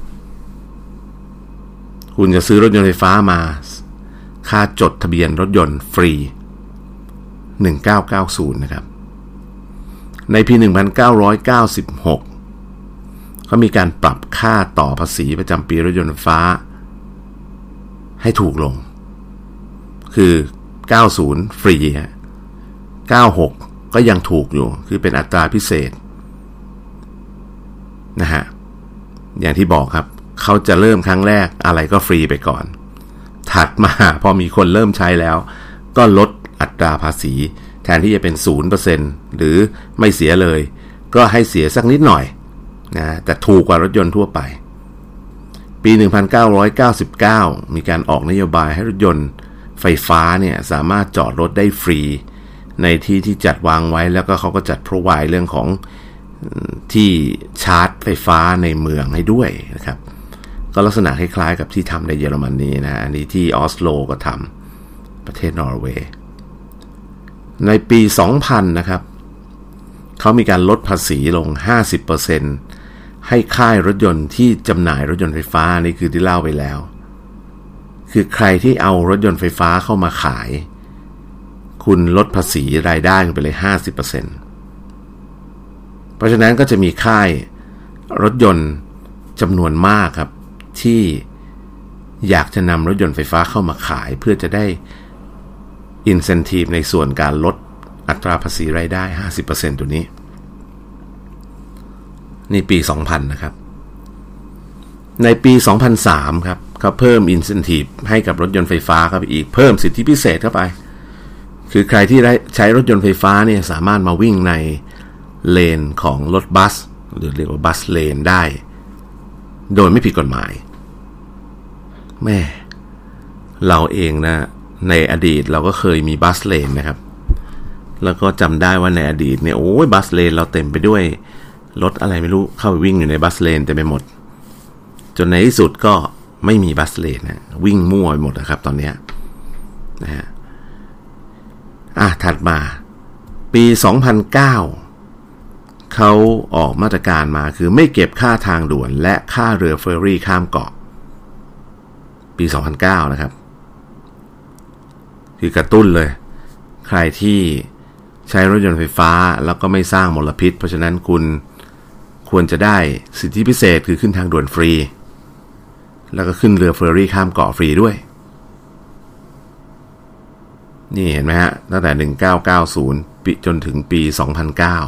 คุณจะซื้อรถยนต์ไฟฟ้ามาค่าจดทะเบียนรถยนต์ฟรีหนึ่งพันเก้าร้อยเก้าสิบนะครับในปีหนึ่งพันเก้าร้อยเก้าสิบหกเขามีการปรับค่าต่อภาษีประจำปีรถยนต์ไฟฟ้าให้ถูกลงคือเก้าสิบฟรีฮะเก้าสิบหกก็ยังถูกอยู่คือเป็นอัตราพิเศษนะฮะอย่างที่บอกครับเขาจะเริ่มครั้งแรกอะไรก็ฟรีไปก่อนถัดมาพอมีคนเริ่มใช้แล้วก็ลดอัตราภาษีแทนที่จะเป็น ศูนย์เปอร์เซ็นต์ หรือไม่เสียเลยก็ให้เสียสักนิดหน่อยนะแต่ถูกกว่ารถยนต์ทั่วไปปีหนึ่งพันเก้าร้อยเก้าสิบเก้ามีการออกนโยบายให้รถยนต์ไฟฟ้าเนี่ยสามารถจอดรถได้ฟรีในที่ที่จัดวางไว้แล้วก็เขาก็จัด provide เรื่องของที่ชาร์จไฟฟ้าในเมืองให้ด้วยนะครับก็ลักษณะคล้ายๆกับที่ทำในเยอรมนีนะอันนี้ที่ออสโลก็ทำประเทศนอร์เวย์ในปีสองพันนะครับเขามีการลดภาษีลง ห้าสิบเปอร์เซ็นต์ ให้ค่ายรถยนต์ที่จำหน่ายรถยนต์ไฟฟ้านี่คือที่เล่าไปแล้วคือใครที่เอารถยนต์ไฟฟ้าเข้ามาขายคุณลดภาษีรายได้ไปเลย ห้าสิบเปอร์เซ็นต์ เพราะฉะนั้นก็จะมีค่ายรถยนต์จำนวนมากครับที่อยากจะนำรถยนต์ไฟฟ้าเข้ามาขายเพื่อจะได้incentive ในส่วนการลดอัตราภาษีรายได้ ห้าสิบเปอร์เซ็นต์ ตัวนี้นี่ปีสองพันนะครับในปีสองพันสามครับเขาเพิ่ม incentive ให้กับรถยนต์ไฟฟ้าเข้าไปอีกเพิ่มสิทธิพิเศษเข้าไปคือใครที่ได้ใช้รถยนต์ไฟฟ้าเนี่ยสามารถมาวิ่งในเลนของรถบัสหรือเรียกว่าบัสเลนได้โดยไม่ผิดกฎหมายแม่เราเองนะในอดีตเราก็เคยมีบัสเลนนะครับแล้วก็จำได้ว่าในอดีตเนี่ยโอ้ยบัสเลนเราเต็มไปด้วยรถอะไรไม่รู้เข้าไปวิ่งอยู่ในบัสเลนเต็มไปหมดจนในที่สุดก็ไม่มีบัสเลนนะวิ่งมั่วไปหมดนะครับตอนนี้นะฮะอ่ะถัดมาปีสองพันเก้าเขาออกมาตรการมาคือไม่เก็บค่าทางด่วนและค่าเรือเฟอร์รี่ข้ามเกาะปีสองพันเก้านะครับคือกระตุ้นเลยใครที่ใช้รถยนต์ไฟฟ้าแล้วก็ไม่สร้างมลพิษเพราะฉะนั้นคุณควรจะได้สิทธิพิเศษคือขึ้นทางด่วนฟรีแล้วก็ขึ้นเรือเฟอร์รี่ข้ามเกาะฟรีด้วยนี่เห็นไหมฮะตั้งแต่หนึ่งพันเก้าร้อยเก้าสิบปีจนถึงปีสองพันเก้า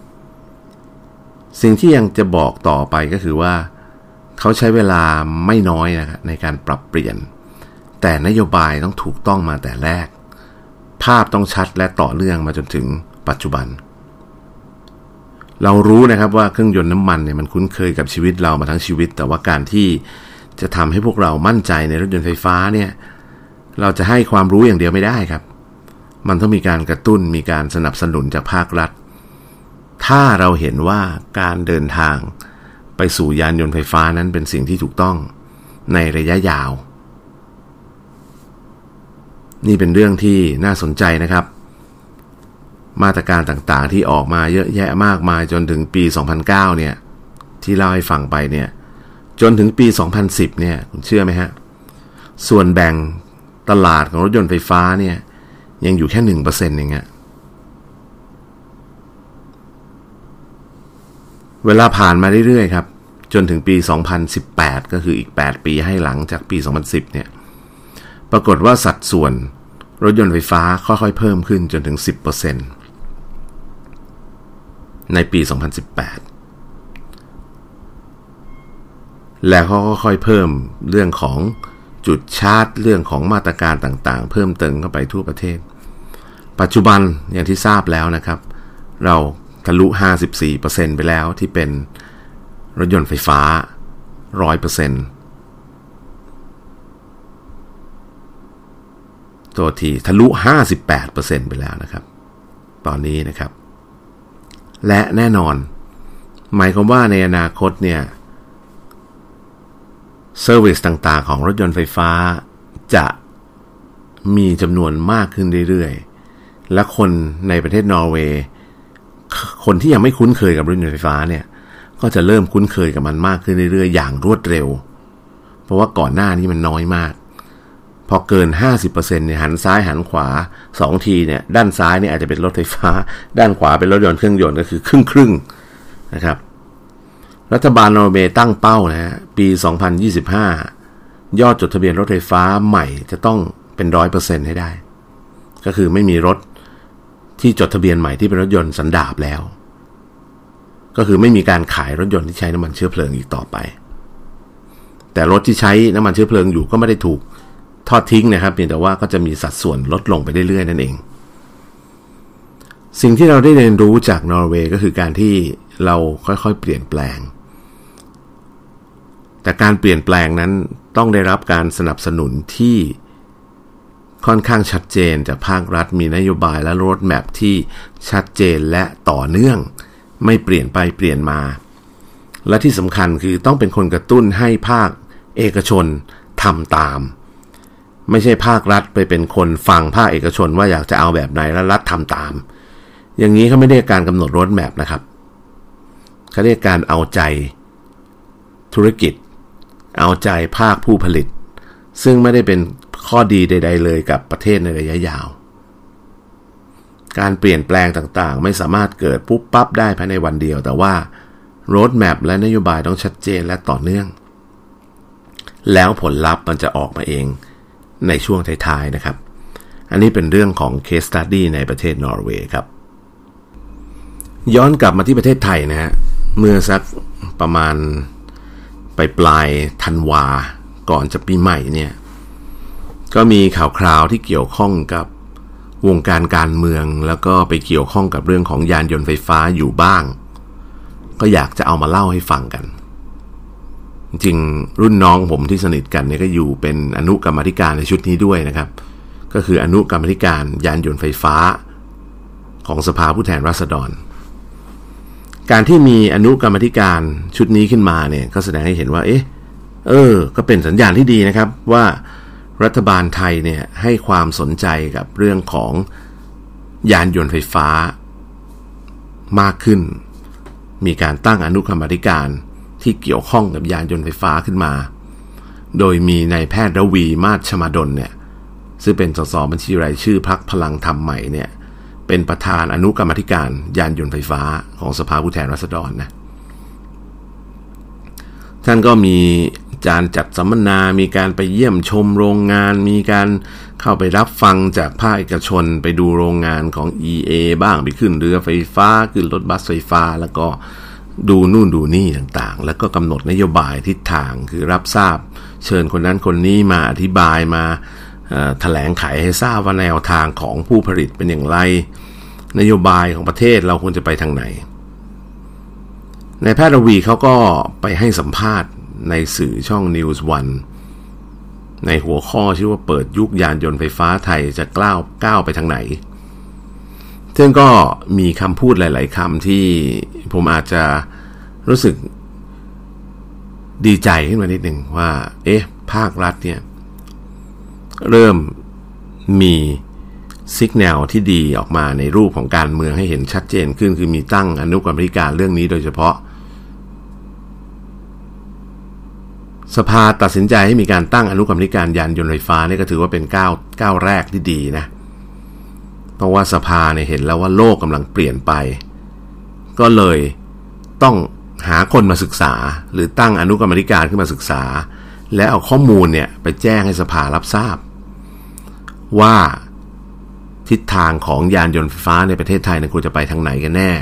สิ่งที่ยังจะบอกต่อไปก็คือว่าเขาใช้เวลาไม่น้อยนะครับในการปรับเปลี่ยนแต่นโยบายต้องถูกต้องมาแต่แรกภาพต้องชัดและต่อเนื่องมาจนถึงปัจจุบันเรารู้นะครับว่าเครื่องยนต์น้ำมันเนี่ยมันคุ้นเคยกับชีวิตเรามาทั้งชีวิตแต่ว่าการที่จะทำให้พวกเรามั่นใจในรถยนต์ไฟฟ้าเนี่ยเราจะให้ความรู้อย่างเดียวไม่ได้ครับมันต้องมีการกระตุ้นมีการสนับสนุนจากภาครัฐถ้าเราเห็นว่าการเดินทางไปสู่ยานยนต์ไฟฟ้านั้นเป็นสิ่งที่ถูกต้องในระยะยาวนี่เป็นเรื่องที่น่าสนใจนะครับมาตรการต่างๆที่ออกมาเยอะแยะมากมายจนถึงปีสองพันเก้าเนี่ยที่เล่าให้ฟังไปเนี่ยจนถึงปีสองพันสิบเนี่ยคุณเชื่อไหมฮะส่วนแบ่งตลาดของรถยนต์ไฟฟ้าเนี่ยยังอยู่แค่ หนึ่งเปอร์เซ็นต์ เองอะเวลาผ่านมาเรื่อยๆครับจนถึงปีสองพันสิบแปดก็คืออีกแปดปีให้หลังจากปีสองพันสิบเนี่ยปรากฏว่าสัดส่วนรถยนต์ไฟฟ้าค่อยๆเพิ่มขึ้นจนถึง สิบเปอร์เซ็นต์ ในปีสองพันสิบแปดแล้วเขาก็ค่อยเพิ่มเรื่องของจุดชาร์จเรื่องของมาตรการต่างๆเพิ่มเติมเข้าไปทั่วประเทศปัจจุบันอย่างที่ทราบแล้วนะครับเราทะลุ ห้าสิบสี่เปอร์เซ็นต์ ไปแล้วที่เป็นรถยนต์ไฟฟ้า หนึ่งร้อยเปอร์เซ็นต์ ตัวที่ทะลุ ห้าสิบแปดเปอร์เซ็นต์ ไปแล้วนะครับตอนนี้นะครับและแน่นอนหมายความว่าในอนาคตเนี่ยเซอร์วิสต่างๆของรถยนต์ไฟฟ้าจะมีจำนวนมากขึ้นเรื่อยๆและคนในประเทศนอร์เวย์คนที่ยังไม่คุ้นเคยกับรถยนต์ไฟฟ้าเนี่ยก็จะเริ่มคุ้นเคยกับมันมากขึ้นเรื่อยๆอย่างรวดเร็วเพราะว่าก่อนหน้านี้มันน้อยมากพอเกิน ห้าสิบเปอร์เซ็นต์ เนี่ยหันซ้ายหันขวาสองทีเนี่ยด้านซ้ายเนี่ยอาจจะเป็นรถไฟฟ้าด้านขวาเป็นรถยนต์เครื่องยนต์ก็คือครึ่งๆนะครับรัฐบาลนอร์เวย์ตั้งเป้านะฮะปีสองพันยี่สิบห้ายอดจดทะเบียนรถไฟฟ้าใหม่จะต้องเป็น หนึ่งร้อยเปอร์เซ็นต์ ให้ได้ก็คือไม่มีรถที่จดทะเบียนใหม่ที่เป็นรถยนต์สันดาปแล้วก็คือไม่มีการขายรถยนต์ที่ใช้น้ำมันเชื้อเพลิงอีกต่อไปแต่รถที่ใช้น้ำมันเชื้อเพลิงอยู่ก็ไม่ได้ถูกทอดทิ้งนะครับเพียงแต่ว่าก็จะมีสัดส่วนลดลงไปเรื่อยๆนั่นเองสิ่งที่เราได้เรียนรู้จากนอร์เวย์ก็คือการที่เราค่อยๆเปลี่ยนแปลงแต่การเปลี่ยนแปลงนั้นต้องได้รับการสนับสนุนที่ค่อนข้างชัดเจนจากภาครัฐมีนโยบายและโรดแมพที่ชัดเจนและต่อเนื่องไม่เปลี่ยนไปเปลี่ยนมาและที่สำคัญคือต้องเป็นคนกระตุ้นให้ภาคเอกชนทำตามไม่ใช่ภาครัฐไปเป็นคนฟังภาคเอกชนว่าอยากจะเอาแบบไหนแล้วรัฐทำตามอย่างนี้เขาไม่ได้การกำหนดโรดแมพนะครับเขาเรียกการเอาใจธุรกิจเอาใจภาคผู้ผลิตซึ่งไม่ได้เป็นข้อดีใดๆเลยกับประเทศในระยะยาวการเปลี่ยนแปลงต่างๆไม่สามารถเกิดปุ๊บปั๊บได้ภายในวันเดียวแต่ว่าโรดแมพและนโยบายต้องชัดเจนและต่อเนื่องแล้วผลลัพธ์มันจะออกมาเองในช่วงท้ายๆนะครับอันนี้เป็นเรื่องของ case study ในประเทศนอร์เวย์ครับย้อนกลับมาที่ประเทศไทยนะฮะเมื่อสักประมาณไปปลายธันวาก่อนจะปีใหม่เนี่ยก็มีข่าวคราวที่เกี่ยวข้องกับวงการการเมืองแล้วก็ไปเกี่ยวข้องกับเรื่องของยานยนต์ไฟฟ้าอยู่บ้างก็อยากจะเอามาเล่าให้ฟังกันจริงรุ่นน้องผมที่สนิทกันเนี่ยก็อยู่เป็นอนุกรรมาธิการในชุดนี้ด้วยนะครับก็คืออนุกรรมาธิการยานยนต์ไฟฟ้าของสภาผู้แทนราษฎรการที่มีอนุกรรมาธิการชุดนี้ขึ้นมาเนี่ยก็แสดงให้เห็นว่าเอ๊ะเออก็เป็นสัญญาณที่ดีนะครับว่ารัฐบาลไทยเนี่ยให้ความสนใจกับเรื่องของยานยนต์ไฟฟ้ามากขึ้นมีการตั้งอนุกรรมาธิการที่เกี่ยวข้องกับยานยนต์ไฟฟ้าขึ้นมาโดยมีนายแพทย์ระวีมาศชมาดลเนี่ยซึ่งเป็นสสบัญชีรายชื่อพรรคพลังธรรมใหม่เนี่ยเป็นประธานอนุกรรมาธิการยานยนต์ไฟฟ้าของสภาผู้แทนราษฎรนะท่านก็มีการจัดสัมมนามีการไปเยี่ยมชมโรงงานมีการเข้าไปรับฟังจากภาคเอกชนไปดูโรงงานของ อี เอ บ้างไปขึ้นเรือไฟฟ้าขึ้นรถบัสไฟฟ้าแล้วก็ดูนู่นดูนี่ต่างๆแล้วก็กำหนดนโยบายทิศทางคือรับทราบเชิญคนนั้นคนนี้มาอธิบายมาแถลงไขให้ทราบว่าแนวทางของผู้ผลิตเป็นอย่างไรนโยบายของประเทศเราควรจะไปทางไหนนายแพทย์ระวีเขาก็ไปให้สัมภาษณ์ในสื่อช่อง News วันในหัวข้อชื่อว่าเปิดยุคยานยนต์ไฟฟ้าไทยจะก้าวก้าวไปทางไหนซึ่งก็มีคำพูดหลายๆคำที่ผมอาจจะรู้สึกดีใจขึ้นมานิดหนึ่งว่าเอ๊ะภาครัฐเนี่ยเริ่มมีสัญญาณที่ดีออกมาในรูปของการเมืองให้เห็นชัดเจนขึ้นคือมีตั้งอนุกรรมการเรื่องนี้โดยเฉพาะสภาตัดสินใจให้มีการตั้งอนุกรรมการยานยนต์ไฟฟ้านี่ก็ถือว่าเป็นก้าวก้าวแรกที่ดีนะเพราะว่าสภาเนี่ยเห็นแล้วว่าโลกกำลังเปลี่ยนไปก็เลยต้องหาคนมาศึกษาหรือตั้งอนุกรรมการขึ้นมาศึกษาและเอาข้อมูลเนี่ยไปแจ้งให้สภารับทราบว่าทิศทางของยานยนต์ไฟฟ้าในประเทศไทยเนี่ยควรจะไปทางไหนกันแน่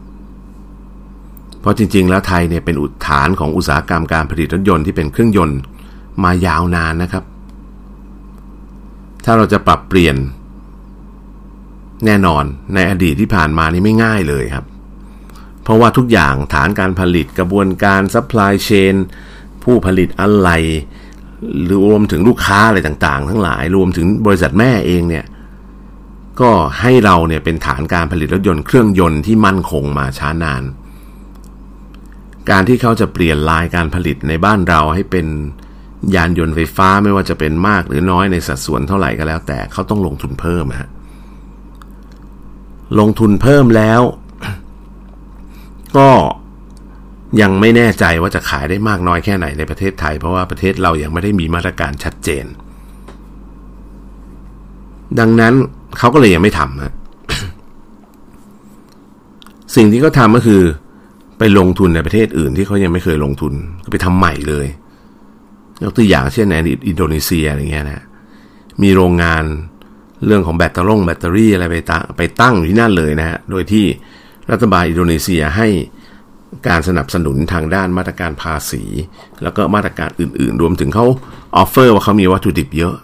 เพราะจริงๆแล้วไทยเนี่ยเป็นอุฐานของอุตสาหกรรมการผลิตรถยนต์ที่เป็นเครื่องยนต์มายาวนานนะครับถ้าเราจะปรับเปลี่ยนแน่นอนในอดีตที่ผ่านมานี่ไม่ง่ายเลยครับเพราะว่าทุกอย่างฐานการผลิตกระบวนการซัพพลายเชนผู้ผลิตอะไรหรือรวมถึงลูกค้าอะไรต่างๆทั้งหลายรวมถึงบริษัทแม่เองเนี่ยก็ให้เราเนี่ยเป็นฐานการผลิตรถยนต์เครื่องยนต์ที่มั่นคงมาช้านานการที่เขาจะเปลี่ยนลายการผลิตในบ้านเราให้เป็นยานยนต์ไฟฟ้าไม่ว่าจะเป็นมากหรือน้อยในสัดส่วนเท่าไหร่ก็แล้วแต่เขาต้องลงทุนเพิ่มฮะลงทุนเพิ่มแล้วก็ยังไม่แน่ใจว่าจะขายได้มากน้อยแค่ไหนในประเทศไทยเพราะว่าประเทศเรายังไม่ได้มีมาตรการชัดเจนดังนั้นเขาก็เลยยังไม่ทำฮะ สิ่งที่เขาทำก็คือไปลงทุนในประเทศอื่นที่เขายังไม่เคยลงทุนก็ไปทำใหม่เลยยกตัวอย่างเช่นในอินโดนีเซียอย่างเงี้ยนะมีโรงงานเรื่องของแบตเตอรี่แบตเตอรี่อะไรไปตั้งไปตั้งอยู่ที่นั่นเลยนะฮะโดยที่รัฐบาลอินโดนีเซียให้การสนับสนุนทางด้านมาตรการภาษีแล้วก็มาตรการอื่นๆรวมถึงเขาออฟเฟอร์ว่าเขามีวัตถุดิบเยอะ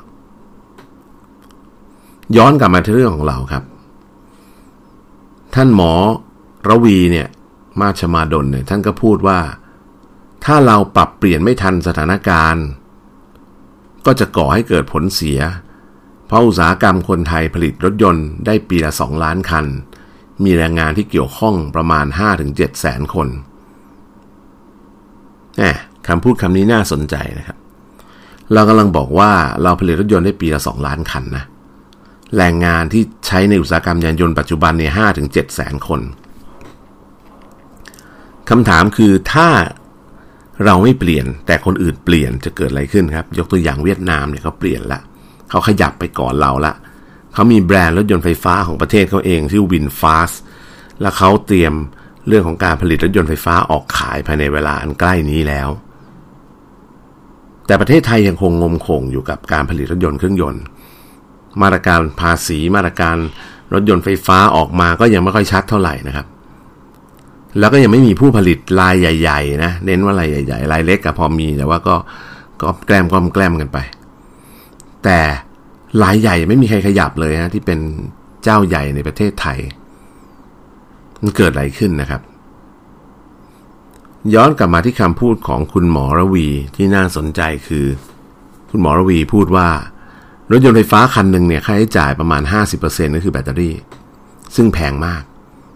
ย้อนกลับมาที่เรื่องของเราครับท่านหมอระวีเนี่ยมาชมาดลเนี่ยท่านก็พูดว่าถ้าเราปรับเปลี่ยนไม่ทันสถานการณ์ก็จะก่อให้เกิดผลเสียเพราะอุตสาหกรรมคนไทยผลิตรถยนต์ได้ปีละสองล้านคันมีแรงงานที่เกี่ยวข้องประมาณ ห้าถึงเจ็ด แสนคนแหมคำพูดคำนี้น่าสนใจนะครับเรากำลังบอกว่าเราผลิตรถยนต์ได้ปีละสองล้านคันนะแรงงานที่ใช้ในอุตสาหกรรมยานยนต์ปัจจุบันเนี่ย ห้าถึงเจ็ด แสนคนคำถามคือถ้าเราไม่เปลี่ยนแต่คนอื่นเปลี่ยนจะเกิดอะไรขึ้นครับยกตัวอย่างเวียดนามเนี่ยเขาเปลี่ยนละเขาขยับไปก่อนเราละเขามีแบรนด์รถยนต์ไฟฟ้าของประเทศเขาเองชื่อ VinFast และเขาเตรียมเรื่องของการผลิตรถยนต์ไฟฟ้าออกขายภายในเวลาอันใกล้นี้แล้วแต่ประเทศไทยยังคงงมคงอยู่กับการผลิตรถยนต์เครื่องยนต์มาตรการภาษีมาตรการรถยนต์ไฟฟ้าออกมาก็ยังไม่ค่อยชัดเท่าไหร่นะครับแล้วก็ยังไม่มีผู้ผลิตรายใหญ่ๆนะเน้นว่ารายใหญ่ๆรายเล็กก็พอมีแต่ว่าก็ก็แกล้มก็แกล้มกันไปแต่รายใหญ่ไม่มีใครขยับเลยนะที่เป็นเจ้าใหญ่ในประเทศไทยมันเกิดอะไรขึ้นนะครับย้อนกลับมาที่คำพูดของคุณหมอระวีที่น่าสนใจคือคุณหมอระวีพูดว่ารถยนต์ไฟฟ้าคันหนึ่งเนี่ยค่าใช้จ่ายประมาณ ห้าสิบเปอร์เซ็นต์ ก็คือแบตเตอรี่ซึ่งแพงมาก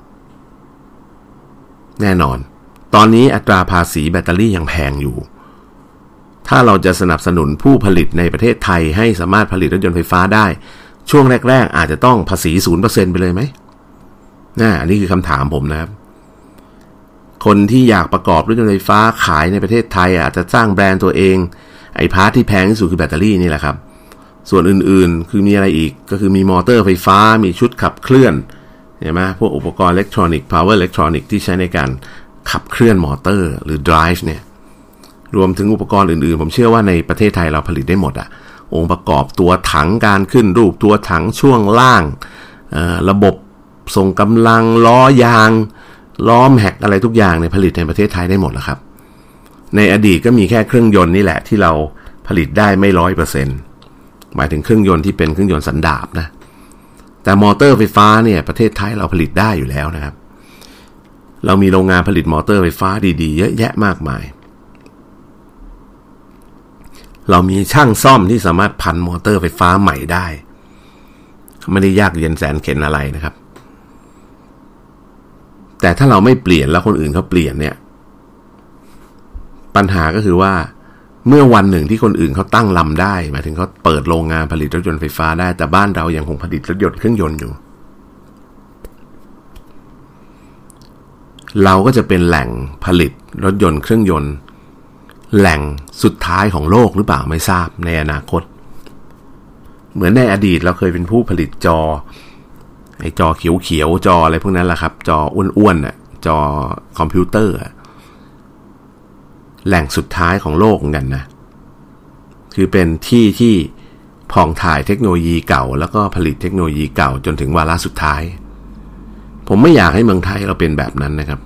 แน่นอนตอนนี้อัตราภาษีแบตเตอรี่ยังแพงอยู่ถ้าเราจะสนับสนุนผู้ผลิตในประเทศไทยให้สามารถผลิตรถยนต์ไฟฟ้าได้ช่วงแรกๆอาจจะต้องภาษี ศูนย์เปอร์เซ็นต์ ไปเลยไหมน่าอันนี้คือคำถามผมนะครับคนที่อยากประกอบรถยนต์ไฟฟ้าขายในประเทศไทยอาจจะสร้างแบรนด์ตัวเองไอ้พาร์ทที่แพงที่สุดคือแบตเตอรี่นี่แหละครับส่วนอื่นๆคือมีอะไรอีกก็คือมีมอเตอร์ไฟฟ้ามีชุดขับเคลื่อนเห็นไหมพวกอุปกรณ์อิเล็กทรอนิกส์พาวเวอร์อิเล็กทรอนิกส์ที่ใช้ในการขับเคลื่อนมอเตอร์หรือ drive เนี่ยรวมถึงอุปกรณ์อื่นๆผมเชื่อว่าในประเทศไทยเราผลิตได้หมดอะองค์ประกอบตัวถังการขึ้นรูปตัวถังช่วงล่างระบบส่งกำลังล้อยางล้อมแฮกอะไรทุกอย่างในผลิตในประเทศไทยได้หมดแล้วครับในอดีตก็มีแค่เครื่องยนต์นี่แหละที่เราผลิตได้ไม่ ร้อยเปอร์เซ็นต์ หมายถึงเครื่องยนต์ที่เป็นเครื่องยนต์สันดาปนะแต่มอเตอร์ไฟฟ้าเนี่ยประเทศไทยเราผลิตได้อยู่แล้วนะครับเรามีโรงงานผลิตมอเตอร์ไฟฟ้าดีๆเยอะแยะมากมายเรามีช่างซ่อมที่สามารถพันมอเตอร์ไฟฟ้าใหม่ได้ไม่ได้ยากเย็นแสนเข็ญอะไรนะครับแต่ถ้าเราไม่เปลี่ยนแล้วคนอื่นเขาเปลี่ยนเนี่ยปัญหาก็คือว่าเมื่อวันหนึ่งที่คนอื่นเขาตั้งลำได้หมายถึงเขาเปิดโรงงานผลิตรถยนต์ไฟฟ้าได้แต่บ้านเรายังคงผลิตรถยนต์เครื่องยนต์อยู่เราก็จะเป็นแหล่งผลิตรถยนต์เครื่องยนต์แหล่งสุดท้ายของโลกหรือเปล่าไม่ทราบในอนาคตเหมือนในอดีตเราเคยเป็นผู้ผลิตจอไอ้จอเขียวๆจออะไรพวกนั้นแหละครับจออ้วนๆน่ะจอคอมพิวเตอร์แหล่งสุดท้ายของโลกเหมือนกันนะคือเป็นที่ที่พองถ่ายเทคโนโลยีเก่าแล้วก็ผลิตเทคโนโลยีเก่าจนถึงวาระสุดท้ายผมไม่อยากให้เมืองไทยเราเป็นแบบนั้นนะครับ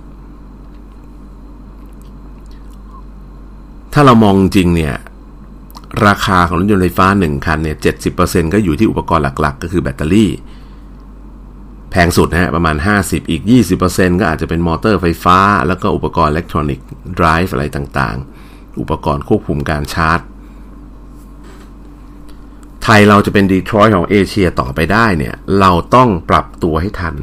ถ้าเรามองจริงเนี่ยราคาของรถยนต์ไฟฟ้าหนึ่งคันเนี่ย เจ็ดสิบเปอร์เซ็นต์ ก็อยู่ที่อุปกรณ์หลักๆก็คือแบตเตอรี่แพงสุดนะฮะประมาณห้าสิบอีก ยี่สิบเปอร์เซ็นต์ ก็อาจจะเป็นมอเตอร์ไฟฟ้าแล้วก็อุปกรณ์อิเล็กทรอนิกส์ไดรฟ์อะไรต่างๆอุปกรณ์ควบคุมการชาร์จไทยเราจะเป็นดีทรอยต์ของเอเชียต่อไปได้เนี่ยเราต้องปรับตัวให้ทัน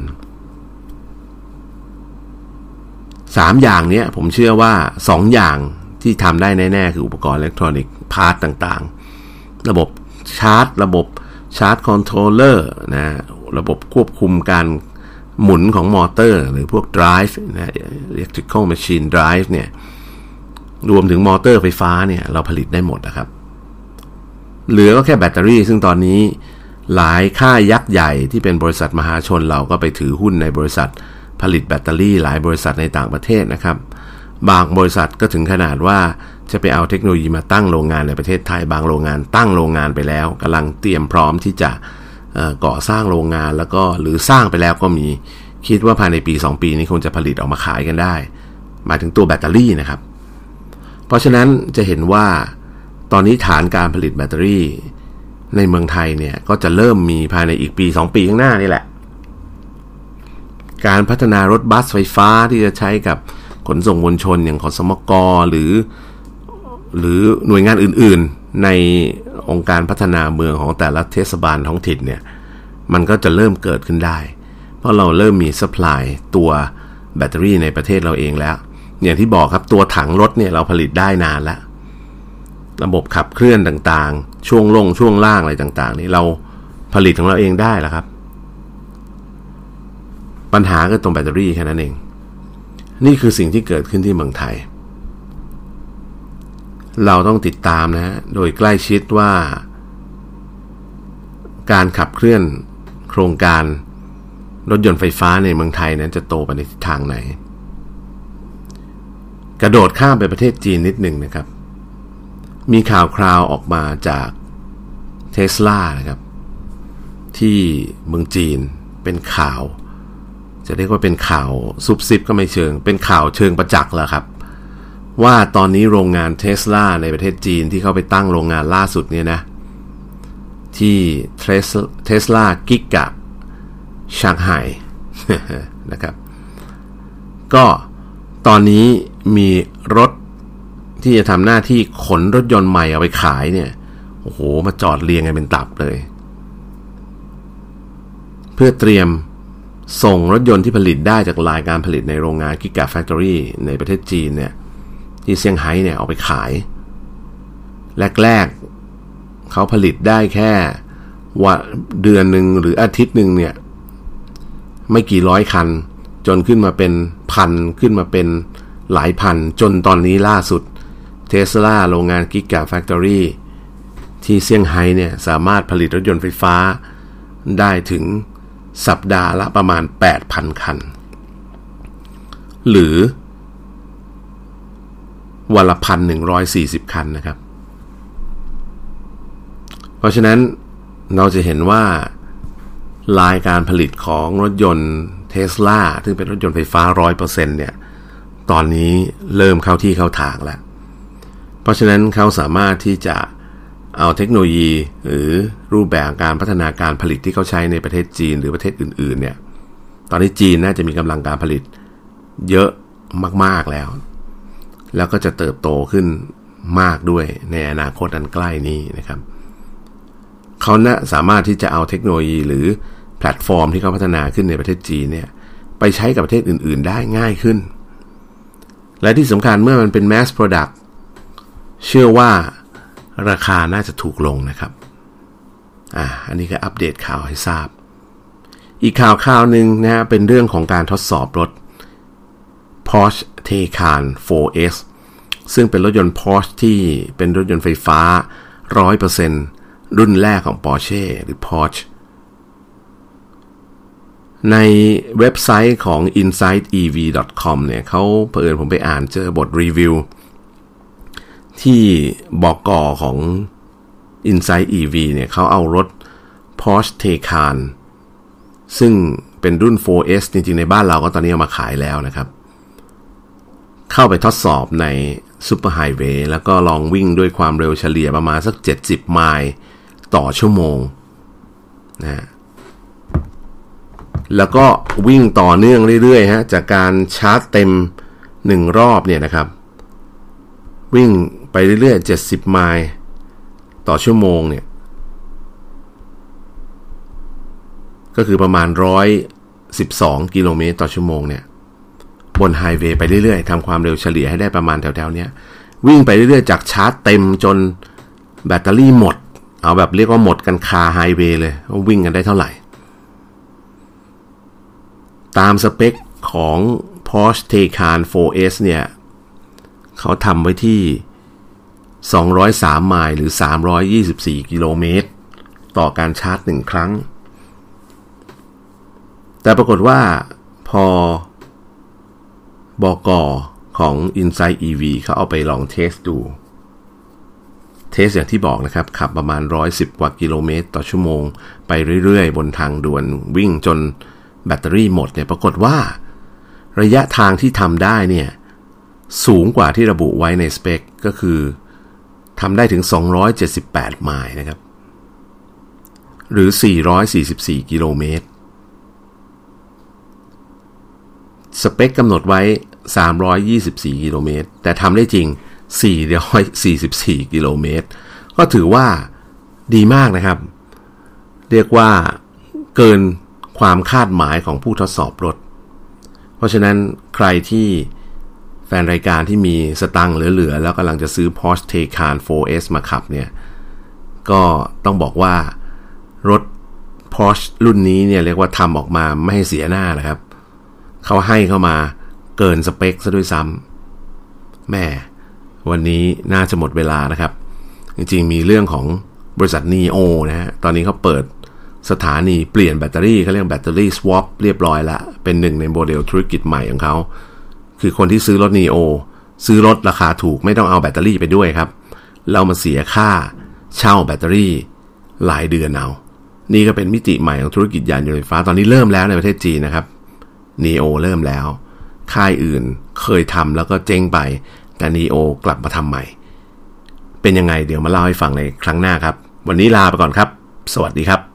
สามอย่างเนี้ยผมเชื่อว่าสองอย่างที่ทำได้แน่ๆคืออุปกรณ์อิเล็กทรอนิกส์พาร์ทต่างๆระบบชาร์จระบบชาร์จคอนโทรลเลอร์นะระบบควบคุมการหมุนของมอเตอร์หรือพวก drive นะ electrical machine drive เนี่ยรวมถึงมอเตอร์ไฟฟ้าเนี่ยเราผลิตได้หมดนะครับเหลือก็แค่แบตเตอรี่ซึ่งตอนนี้หลายค่ายยักษ์ใหญ่ที่เป็นบริษัทมหาชนเราก็ไปถือหุ้นในบริษัทผลิตแบตเตอรี่หลายบริษัทในต่างประเทศนะครับบางบริษัทก็ถึงขนาดว่าจะไปเอาเทคโนโลยีมาตั้งโรงงานในประเทศไทยบางโรงงานตั้งโรงงานไปแล้วกำลังเตรียมพร้อมที่จะก่อสร้างโรงงานแล้วก็หรือสร้างไปแล้วก็มีคิดว่าภายในปีสองปีนี้คงจะผลิตออกมาขายกันได้หมายถึงตัวแบตเตอรี่นะครับเพราะฉะนั้นจะเห็นว่าตอนนี้ฐานการผลิตแบตเตอรี่ในเมืองไทยเนี่ยก็จะเริ่มมีภายในอีกปีสองปีข้างหน้านี่แหละการพัฒนารถบัสไฟฟ้าที่จะใช้กับขนส่งมวลชนอย่างขสมกหรือหรือหน่วยงานอื่นๆในองค์การพัฒนาเมืองของแต่ละเทศบาลท้องถิ่นเนี่ยมันก็จะเริ่มเกิดขึ้นได้เพราะเราเริ่มมีซัพพลายตัวแบตเตอรี่ในประเทศเราเองแล้วอย่างที่บอกครับตัวถังรถเนี่ยเราผลิตได้นานแล้วระบบขับเคลื่อนต่างๆช่วงลงช่วงล่างอะไรต่างๆนี่เราผลิตของเราเองได้แล้วครับปัญหาก็ตรงแบตเตอรี่แค่นั้นเองนี่คือสิ่งที่เกิดขึ้นที่เมืองไทยเราต้องติดตามนะฮะโดยใกล้ชิดว่าการขับเคลื่อนโครงการรถยนต์ไฟฟ้าในเมืองไทยนั้นจะโตไปในทิศทางไหนกระโดดข้ามไปประเทศจีนนิดหนึ่งนะครับมีข่าวคราวออกมาจาก Tesla นะครับที่เมืองจีนเป็นข่าวจะเรียกว่าเป็นข่าวซุบซิบก็ไม่เชิงเป็นข่าวเชิงประจักษ์แล้วครับว่าตอนนี้โรงงาน Tesla ในประเทศจีนที่เขาไปตั้งโรงงานล่าสุดเนี่ยนะที่ Tesla Giga ชางไห่ นะครับก็ตอนนี้มีรถที่จะทำหน้าที่ขนรถยนต์ใหม่เอาไปขายเนี่ยโอ้โหมาจอดเรียงกันเป็นตับเลยเพื่อเตรียมส่งรถยนต์ที่ผลิตได้จากรายการผลิตในโรงงาน Giga Factory ในประเทศจีนเนี่ยที่เซี่ยงไฮ้เนี่ยเอาไปขายแรกๆเขาผลิตได้แค่วันเดือนหนึ่งหรืออาทิตย์หนึ่งเนี่ยไม่กี่ร้อยคันจนขึ้นมาเป็นพันขึ้นมาเป็นหลายพันจนตอนนี้ล่าสุด Tesla โรงงาน Giga Factory ที่เซี่ยงไฮ้เนี่ยสามารถผลิตรถยนต์ไฟฟ้าได้ถึงสัปดาห์ละประมาณ แปดพัน คันหรือวันละ หนึ่งพันหนึ่งร้อยสี่สิบ คันนะครับเพราะฉะนั้นเราจะเห็นว่ารายการผลิตของรถยนต์ Tesla ซึ่งเป็นรถยนต์ไฟฟ้า ร้อยเปอร์เซ็นต์ เนี่ยตอนนี้เริ่มเข้าที่เข้าทางแล้วเพราะฉะนั้นเขาสามารถที่จะเอาเทคโนโลยีหรือรูปแบบการพัฒนาการผลิตที่เขาใช้ในประเทศจีนหรือประเทศอื่นๆเนี่ยตอนนี้จีนน่าจะมีกำลังการผลิตเยอะมากๆแล้วแล้วก็จะเติบโตขึ้นมากด้วยในอนาคตอันใกล้นี้นะครับเขาน่าสามารถที่จะเอาเทคโนโลยีหรือแพลตฟอร์มที่เขาพัฒนาขึ้นในประเทศจีนเนี่ยไปใช้กับประเทศอื่นๆได้ง่ายขึ้นและที่สำคัญเมื่อมันเป็น mass product เชื่อว่าราคาน่าจะถูกลงนะครับอ่าอันนี้ก็อัปเดตข่าวให้ทราบอีกข่าวข่าวหนึ่งนะฮะเป็นเรื่องของการทดสอบรถ Porsche Taycan โฟร์ เอส ซึ่งเป็นรถยนต์ Porsche ที่เป็นรถยนต์ไฟฟ้า หนึ่งร้อยเปอร์เซ็นต์ รุ่นแรกของ Porsche หรือ Porsche ในเว็บไซต์ของ อินไซต์ อี วี ดอท คอม เนี่ยเขาเผอิญผมไปอ่านเจอบทรีวิวที่บอกกอของ อินไซต์ อี วี เนี่ยเขาเอารถ Porsche Taycan ซึ่งเป็นรุ่น โฟร์ เอส จริงๆในบ้านเราก็ตอนนี้เอามาขายแล้วนะครับเข้าไปทดสอบในซุปเปอร์ไฮเวย์แล้วก็ลองวิ่งด้วยความเร็วเฉลี่ยประมาณสักเจ็ดสิบไมล์ต่อชั่วโมงนะแล้วก็วิ่งต่อเนื่องเรื่อยๆฮะจากการชาร์จเต็มหนึ่งรอบเนี่ยนะครับวิ่งไปเรื่อยๆเจ็ดสิบไมล์ต่อชั่วโมงเนี่ยก็คือประมาณหนึ่งร้อยสิบสองกิโลเมตรต่อชั่วโมงเนี่ยบนไฮเวย์ไปเรื่อยๆทำความเร็วเฉลี่ยให้ได้ประมาณแถวๆนี้วิ่งไปเรื่อยๆจากชาร์จเต็มจนแบตเตอรี่หมดเอาแบบเรียกว่าหมดกันคาไฮเวย์เลยว่าวิ่งกันได้เท่าไหร่ตามสเปคของ Porsche Taycan โฟร์ เอส เนี่ยเขาทำไว้ที่สองร้อยสามไมล์หรือสามร้อยยี่สิบสี่กิโลเมตรต่อการชาร์จหนึ่งครั้งแต่ปรากฏว่าพอบก.ของ อินไซต์ อี วี เขาเอาไปลองเทสดูเทสอย่างที่บอกนะครับขับประมาณหนึ่งร้อยสิบกว่ากิโลเมตรต่อชั่วโมงไปเรื่อยๆบนทางด่วนวิ่งจนแบตเตอรี่หมดเนี่ยปรากฏว่าระยะทางที่ทำได้เนี่ยสูงกว่าที่ระบุไว้ในสเปคก็คือทำได้ถึงสองร้อยเจ็ดสิบแปดไมล์นะครับหรือสี่ร้อยสี่สิบสี่กิโลเมตรสเปคกำหนดไว้สามร้อยยี่สิบสี่กิโลเมตรแต่ทำได้จริงสี่ร้อยสี่สิบสี่กิโลเมตรก็ถือว่าดีมากนะครับเรียกว่าเกินความคาดหมายของผู้ทดสอบรถเพราะฉะนั้นใครที่แฟนรายการที่มีสตังค์เหลือๆแล้วกำลังจะซื้อ Porsche Taycan โฟร์ เอส มาขับเนี่ยก็ต้องบอกว่ารถ Porsche รุ่นนี้เนี่ยเรียกว่าทำออกมาไม่ให้เสียหน้านะครับเขาให้เข้ามาเกินสเปคซะด้วยซ้ำแม่วันนี้น่าจะหมดเวลานะครับจริงๆมีเรื่องของบริษัท นี โอ นะฮะตอนนี้เขาเปิดสถานีเปลี่ยนแบตเตอรี่เขาเรียกแบตเตอรี่ swap เรียบร้อยละเป็นหนึ่งในโมเดลธุรกิจใหม่ของเขาคือคนที่ซื้อรถ นี โอ ซื้อรถราคาถูกไม่ต้องเอาแบตเตอรี่ไปด้วยครับเรามาเสียค่าเช่าแบตเตอรี่หลายเดือนเอานี่ก็เป็นมิติใหม่ของธุรกิจยานยนต์ไฟฟ้าตอนนี้เริ่มแล้วในประเทศจีนนะครับ นี โอ เริ่มแล้วค่ายอื่นเคยทำแล้วก็เจ๊งไปแต่ นี โอ กลับมาทำใหม่เป็นยังไงเดี๋ยวมาเล่าให้ฟังในครั้งหน้าครับวันนี้ลาไปก่อนครับสวัสดีครับ